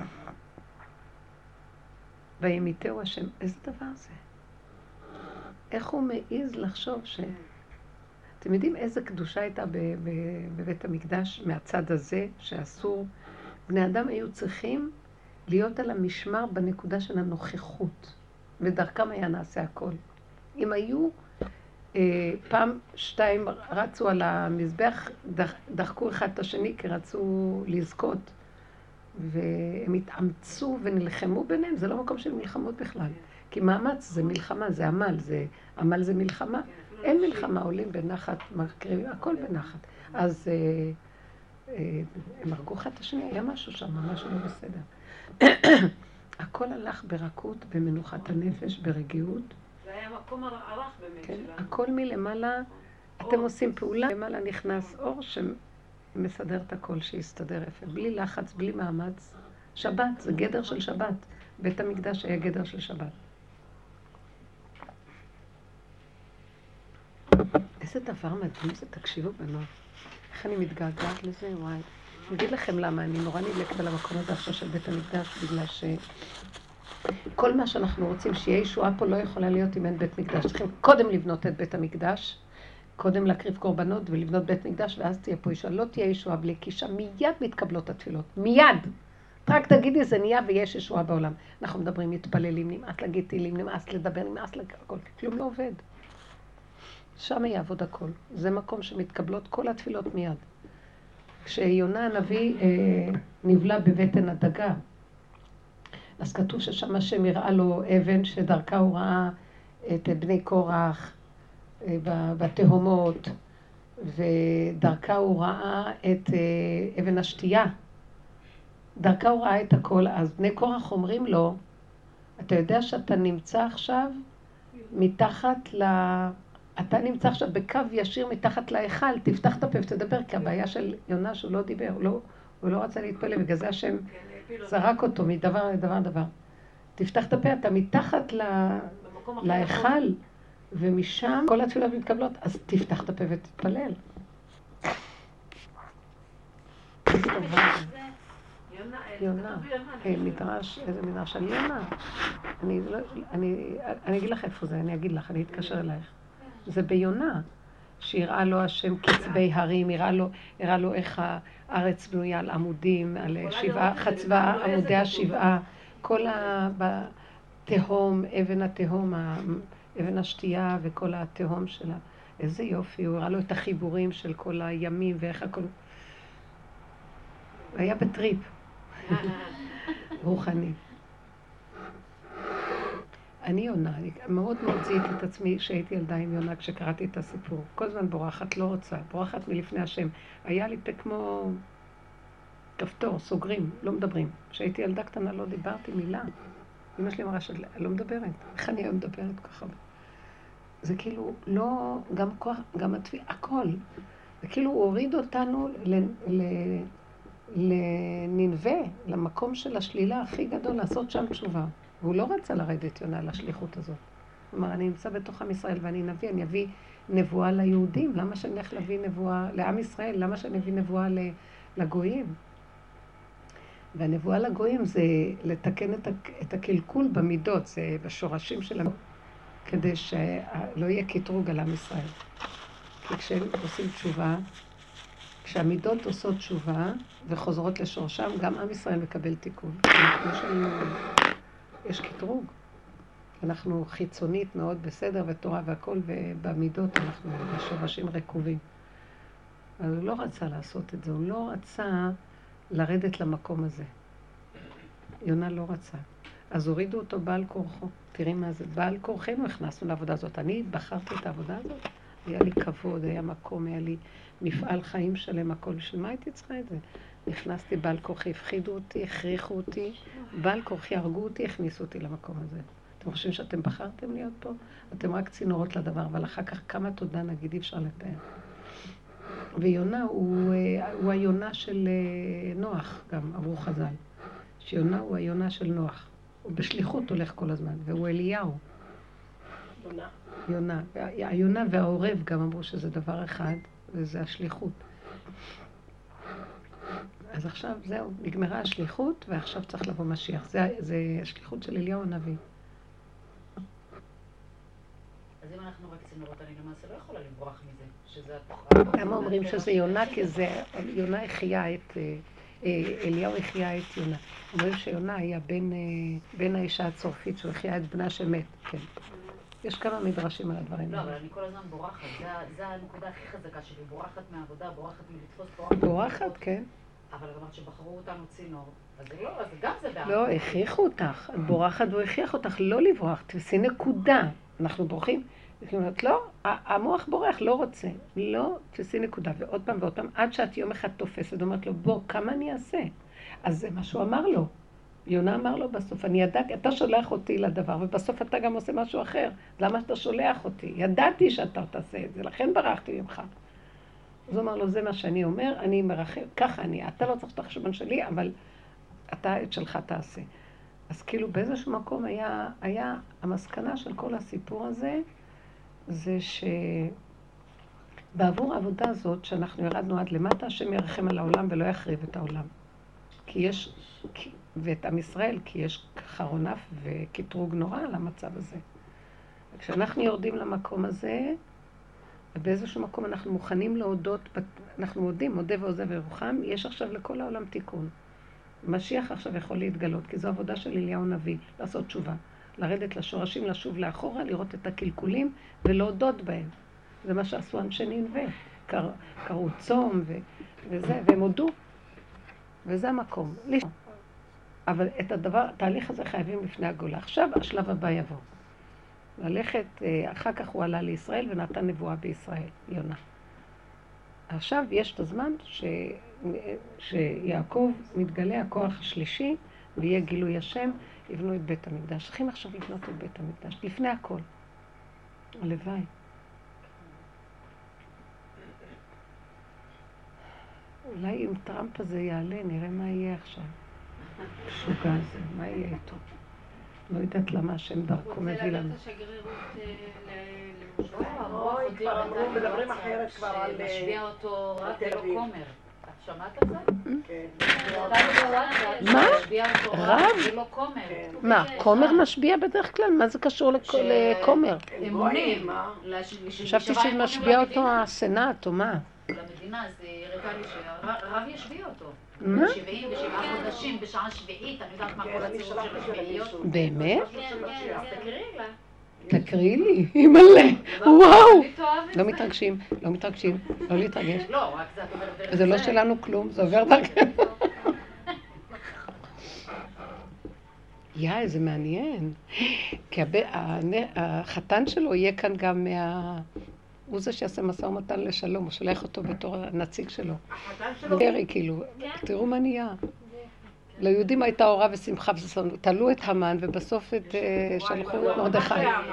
וימיתהו השם. איזה דבר זה? איך הוא מעיז לחשוב ש... אתם יודעים איזה קדושה הייתה בבית המקדש מהצד הזה, שאסור? בני אדם היו צריכים להיות על המשמר בנקודה של הנוכחות, ודרכם היה נעשה הכל. אם היו פעם שתיים רצו על המזבח, דחקו אחד את השני כי רצו לזכות, והם התאמצו ונלחמו ביניהם, זה לא מקום של מלחמות בכלל. כי מאמץ זה מלחמה, זה עמל, עמל זה מלחמה. אין מלחמה, עולים בנחת, מקריבים, הכל בנחת. אז הם הרגו אחד את השני, היה משהו שם, משהו לא בסדר. הכל הלך ברכות, במנוחת הנפש, ברגיעות. זה היה מקום ערך באמת כן, שלנו. הכל מלמעלה, אתם עושים פעולה, למעלה נכנס אור שמסדר את הכל, שיסתדר יפה, בלי לחץ, בלי מאמץ. שבת, זה גדר של שבת. בית המקדש היה גדר של שבת. איזה דבר מדהים זה, תקשיבו בנות. איך אני מתגעגעת לזה, וואי. אני אגיד לכם למה, אני נורא נדלקת על המקום הזה עכשיו של בית המקדש, בגלל כל מה שאנחנו רוצים שיהיה ישועה פה לא יכולה להיות אם אין בית מקדש. צריכים קודם לבנות את בית המקדש, קודם להקריב קורבנות ולבנות בית מקדש, ואז תהיה פה ישועה. לא תהיה ישועה בלי, כי שם מיד מתקבלות התפילות. מיד! רק תגידי, זה נהיה ויש ישועה בעולם. אנחנו מדברים, מתפללים, נמאס להגיד תהילים, נמאס לדבר, נמאס הכל. כלום לא עובד. שם יעבוד הכל. זה מקום שמתקבלות כל התפילות מיד. כשיונה הנביא נבלה בבטן הדגה, אז כתוב ששם השם יראה לו אבן שדרכה הוא ראה את בני קורח בתהומות, ודרכה הוא ראה את אבן השתייה. דרכה הוא ראה את הכל. אז בני קורח אומרים לו, אתה יודע שאתה נמצא עכשיו מתחת אתה נמצא עכשיו בקו ישיר מתחת להיכל, תפתח את הפה ותדבר, כי הבעיה של יונה שהוא לא דיבר, הוא לא רצה להתפלל, בגלל זה השם זרק אותו מדבר לדבר. תפתח את הפה, אתה מתחת להיכל, ומשם כל התפילות מתקבלות, אז תפתח את הפה ותתפלל. יונה, מדרש, איזה מדרש על יונה. אני אגיד לך איפה זה, אני אגיד לך, אני אתקשר אלייך. זה ביונה, שיראה לו השם קצבי הרים, הראה לו איך הארץ בנויה על עמודים, על חצבה, עמודי השבעה, כל התהום, אבן התהום, אבן השתייה וכל התהום שלה. איזה יופי, הוא הראה לו את החיבורים של כל הימים ואיך הכל. היה בטריפ. רוחני. אני יונה, אני מאוד מאוד זיהיתי את עצמי שהייתי ילדה עם יונה כשקראתי את הסיפור. כל זמן בורחת, לא רוצה, בורחת מלפני השם. היה לי פה כמו כפתור, סוגרים, לא מדברים. כשהייתי ילדה קטנה לא דיברתי מילה. אמא שלי אמרה שאני לא מדברת. איך אני היום מדברת ככה? זה כאילו לא, גם כוח, גם התפילה, הכל. זה כאילו הוא הוריד אותנו לננווה, למקום של השלילה הכי גדול, לעשות שם תשובה. והוא לא רצה לרדת יונה לשליחות הזאת. הוא אמר, אני נמצא בתוך עם ישראל ואני נביא, אני אביא נבואה ליהודים. למה שאני הולך להביא נבואה לעם ישראל? למה שאני אביא נבואה לגויים? והנבואה לגויים זה לתקן את הקלקול במידות, זה בשורשים שלנו, כדי שלא יהיה קטרוג על עם ישראל. כי כשהם עושים תשובה, כשהמידות עושות תשובה וחוזרות לשורשם, גם עם ישראל מקבל תיקון. יש קטרוג. אנחנו חיצונית מאוד בסדר ותורה והכל, ובמידות אנחנו בשורשים רקובים. אבל הוא לא רצה לעשות את זה, הוא לא רצה לרדת למקום הזה. יונה לא רצה. אז הורידו אותו בעל כורחו. תראי מה זה, בעל כורחנו הכנסנו לעבודה הזאת. אני בחרתי את העבודה הזאת. היה לי כבוד, היה מקום, היה לי מפעל חיים שלם, הכל. של מה הייתי צריכה את זה? נכנסתי בעל כורחי, הפחידו אותי, הכריחו אותי, בעל כורחי הרגו אותי, הכניסו אותי למקום הזה. אתם אתם חושבים שאתם בחרתם להיות פה? אתם רק צינורות לדבר, אבל אחר כך כמה תודה נגיד אי אפשר לתאר. ויונה הוא היונה של נוח, גם אמרו חז"ל. שיונה הוא היונה של נוח. הוא בשליחות הולך כל הזמן, והוא אליהו. יונה. היונה והעורב גם אמרו שזה דבר אחד, וזה השליחות. אז עכשיו זהו, נגמרה השליחות, ועכשיו צריך לבוא משיח. זה השליחות של אליהו הנביא. אז אם אנחנו רק צינורות, אני למעשה לא יכולה לברוח מזה, שזה התוכרה. למה אומרים שזה יונה? כי זה, יונה החיה את, אליהו החיה את יונה. אומרים שיונה היה בין האישה הצורפית, שהוא החיה את בנה שמת, כן. יש כמה מדרשים על הדברים. לא, אבל אני כל הזמן בורחת, זה הנקודה הכי חזקה שלי, בורחת מהעבודה, בורחת מלתפוס, בורחת, כן. אבל אמרת שבחרו אותנו צינור, אז לא, אז גם זה בעיה. לא, הכריחו אותך, את בורחת והוא הכריח אותך לא לברוח, תפסי נקודה. אנחנו בורחים, היא אומרת, לא, המוח בורח, לא רוצה, לא, תפסי נקודה, ועוד פעם ועוד פעם, עד שאת יום אחד תופסת, אומרת לו, בוא, כמה אני אעשה? אז זה מה שהוא אמר לו, יונה אמר לו בסוף, אני ידעתי, אתה שולח אותי לדבר, ובסוף אתה גם עושה משהו אחר, למה אתה שולח אותי? ידעתי שאתה תעשה את זה, לכן ברחתי ממך. אז הוא אמר לו, זה מה שאני אומר, אני מרחב, ככה אני, אתה לא צריך את החשבון שלי, אבל אתה את שלך תעשה. אז כאילו באיזשהו מקום היה המסקנה של כל הסיפור הזה, זה שבעבור העבודה הזאת, שאנחנו ירדנו עד למטה, השם ירחם על העולם ולא יחריב את העולם. כי יש, ואת עם ישראל, כי יש חרונף וקטרוג נורא על המצב הזה. וכשאנחנו יורדים למקום הזה, ובאיזשהו מקום אנחנו מוכנים להודות, אנחנו מודים, מודה ועוזב ורוחם, יש עכשיו לכל העולם תיקון. משיח עכשיו יכול להתגלות, כי זו עבודה של אליהו הנביא, לעשות תשובה, לרדת לשורשים, לשוב לאחורה, לראות את הקלקולים ולהודות בהם. זה מה שעשו אנשי נינווה, קראו צום וזה, והם הודו, וזה המקום. אבל את התהליך הזה חייבים לפני הגאולה. עכשיו השלב הבא יבוא. ללכת, אחר כך הוא עלה לישראל ונתן נבואה בישראל, יונה. עכשיו יש את הזמן שיעקב מתגלה הכוח השלישי ויהיה גילוי השם, יבנו את בית המקדש. צריכים עכשיו לבנות את בית המקדש, לפני הכל. הלוואי. אולי אם טראמפ הזה יעלה, נראה מה יהיה עכשיו. שוגע זה, מה יהיה איתו? לא יודעת למה השם דרכו מביא לנו. רוצה להעלות את השגרירות למושלים. אוי, כבר אמרו, מדברים אחרת כבר על... משביע אותו רק ולא כומר. את שמעת על זה? כן. מה? משביע אותו רב? רק ולא כומר. מה, כומר משביע בדרך כלל? מה זה קשור לכומר? אמונים. חשבתי שמשביע אותו הסנאט או מה? למדינה, אז היא הראתה לי שהרב ישביע אותו. מה? 77 חודשים בשעה שביעית, אני יודעת מה כל הצירוף של השביעיות. באמת? תקראי לה. תקראי לי, אימא'לה, וואו! לא מתרגשים, לא מתרגשים, לא להתרגש. לא, רק זה את אומרת דרך זה לא שלנו כלום, זה עובר דרכנו. איזה מעניין. כי החתן שלו יהיה כאן גם הוא זה שיעשה משא ומתן לשלום, הוא שולח אותו בתור הנציג שלו. החתן שלו... גרי, כאילו, תראו מה נהיה. ליהודים הייתה אורה ושמחה וששון, תלו את המן ובסוף שלחו את מרדכי.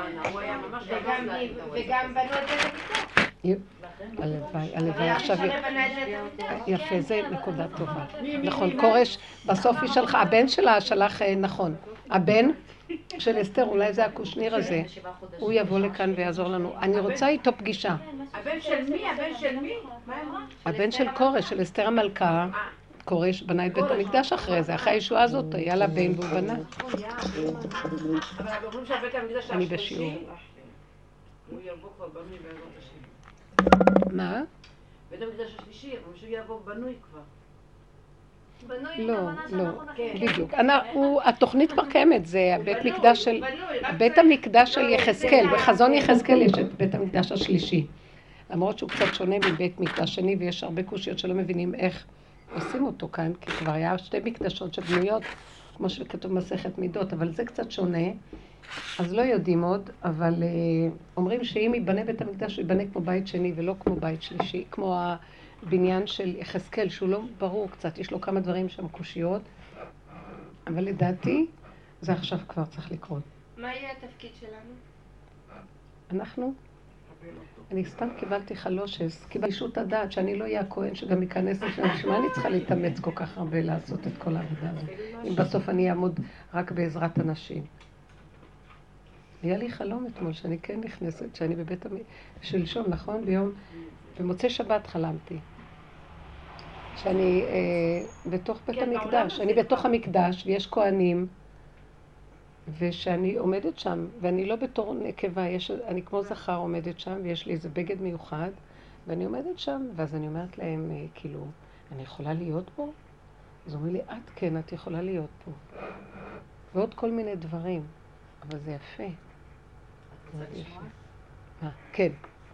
וגם בנו את זה בביתו. הלוואי, עכשיו יפה, זה נקודה טובה. נכון, קורש, בסוף היא שלחה, הבן שלה שלח, נכון, הבן של אסתר, אולי זה הקושניר הזה, הוא יבוא לכאן ויעזור לנו. אני רוצה איתו פגישה. הבן של מי? הבן של מי? מה אמרה? הבן של קורש, של אסתר המלכה, קורש בנה את בית המקדש אחרי זה, אחרי הישועה הזאת, היה לה בן והוא בנה. אבל אומרים שהבית המקדש אני בשיעור. הוא יבוא כבר בנוי בעזרת השם. מה? בית המקדש השלישי, אומרים שהוא יבוא בנוי כבר. לא, לא, בדיוק. התוכנית כבר קיימת, זה בית המקדש של יחזקאל, בחזון יחזקאל יש את בית המקדש השלישי. למרות שהוא קצת שונה מבית מקדש שני, ויש הרבה קושיות שלא מבינים איך עושים אותו כאן, כי כבר היה שתי מקדשות שבנויות, כמו שכתוב מסכת מידות, אבל זה קצת שונה, אז לא יודעים עוד, אבל אומרים שאם ייבנה בית המקדש, הוא ייבנה כמו בית שני ולא כמו בית שלישי, כמו הבניין של יחזקאל, שהוא לא ברור קצת, יש לו כמה דברים שם קושיות, אבל לדעתי, זה עכשיו כבר צריך לקרות. מה מה יהיה התפקיד שלנו? אנחנו? אני סתם קיבלתי חלושס, קיבלתי שוט הדעת שאני לא אהיה הכהן שגם ייכנס לשם, שמה אני צריכה להתאמץ כל כך הרבה לעשות את כל העבודה הזאת, אם בסוף אני אעמוד רק בעזרת אנשים. היה לי חלום אתמול שאני כן נכנסת, שאני בבית שלשום, נכון? במוצאי שבת חלמתי. שאני בתוך בית המקדש, אני בתוך המקדש ויש כהנים, ושאני עומדת שם, ואני לא בתור נקבה, אני כמו זכר עומדת שם, ויש לי איזה בגד מיוחד, ואני עומדת שם, ואז אני אומרת להם, כאילו, אני יכולה להיות פה? אז אומרים לי, את כן, את יכולה להיות פה. ועוד כל מיני דברים, אבל זה יפה. רוצה לשמוע? כן.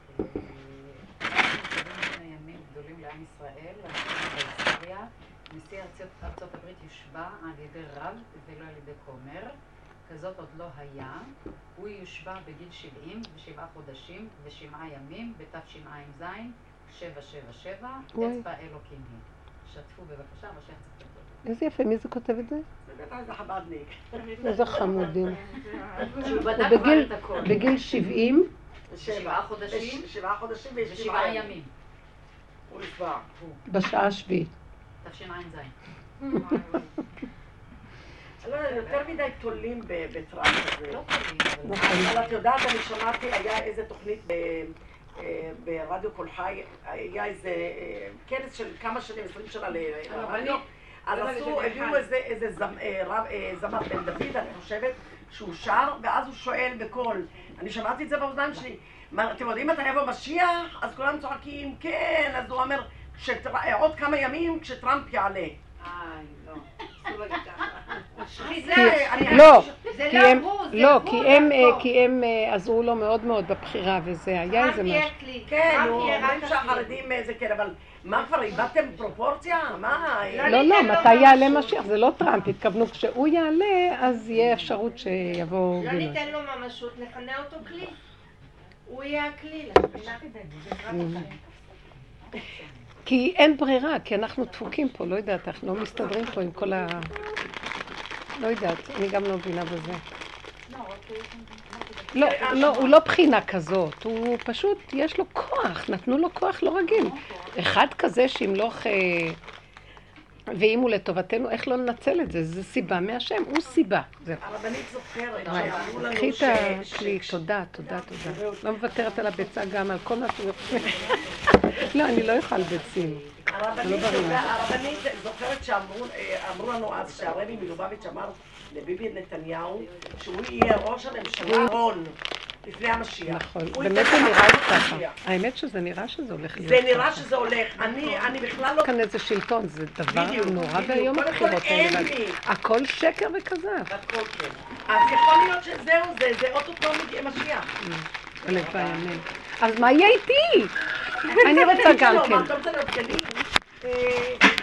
ימים גדולים לעם ישראל, בהיסטוריה, נשיא ארצות הברית יושבע על ידי רב ולא על ידי כומר. כזאת עוד לא היה, הוא יושבע בגיל 77 חודשים ו7 ימים בתשע"ז 777, אצבע אלוקים היא. שתפו בבקשה, מה שצריך לבדוק. איזה יפה, מי זה כותב את זה? זה בטח זה חבדניק. איזה חמודים. שהוא בדק כבר את הכל. בגיל 70? 7 חודשים 7 חודשים ו7 ימים. הוא נשבע. בשעה השביעית. תשע"ז. לא, יותר מדי תולים בטראמפ הזה. לא קולים. אבל את יודעת, אני שמעתי, היה איזה תוכנית ברדיו קול חי, היה איזה כנס של כמה שנים, 20 שנה לרדיו, אז הביאו איזה זמר בן דוד, אני חושבת, שהוא שר, ואז הוא שואל בקול, אני שמעתי את זה באוזניים שלי, אתם יודעים מתי יבוא משיח? אז כולם צועקים, כן, אז הוא אומר, עוד כמה ימים כשטראמפ יעלה. לא. אסור להגיד ככה. לא, כי הם עזרו לו מאוד מאוד בבחירה, וזה היה איזה משהו. כן, אומרים שהחרדים זה כן, אבל מה כבר, איבדתם פרופורציה? מה? לא, מתי יעלה משיח? זה לא טראמפ, התכוונו כשהוא יעלה, אז יהיה אפשרות שיבואו... לא ניתן לו ממשות, נכנה אותו כלי. הוא יהיה הכלי. כי אין ברירה, כי אנחנו דפוקים פה, לא יודעת, אנחנו לא מסתדרים פה עם כל ה... לא יודעת, אני גם לא מבינה בזה. לא, הוא לא בחינה כזאת, הוא פשוט, יש לו כוח, נתנו לו כוח לא רגיל. אחד כזה שימלוך, ואם הוא לטובתנו, איך לא ננצל את זה? זה סיבה מהשם, הוא סיבה. הרבנית זוכרת שאמרו לנו קחי את הכלי, תודה. לא מוותרת על הביצה גם, על כל מה שהוא יפה. לא, אני לא אוכל ביצים. הרבנית זוכרת שאמרו לנו אז שהרבי מלובביץ' אמר לביבי נתניהו שהוא יהיה ראש הממשלה רון לפני המשיח. נכון, באמת זה נראה ככה. האמת שזה נראה שזה הולך להיות ככה. זה נראה שזה הולך. אני בכלל לא... כאן איזה שלטון, זה דבר נורא והיום הבחירות האלה. הכל שקר וכזב. הכל כן. אז יכול להיות שזהו, זה אוטוטו משיח. הלוואי, אמן. אז מה יהיה איתי? אני רוצה גם כן. מה אתה רוצה להיות גנית?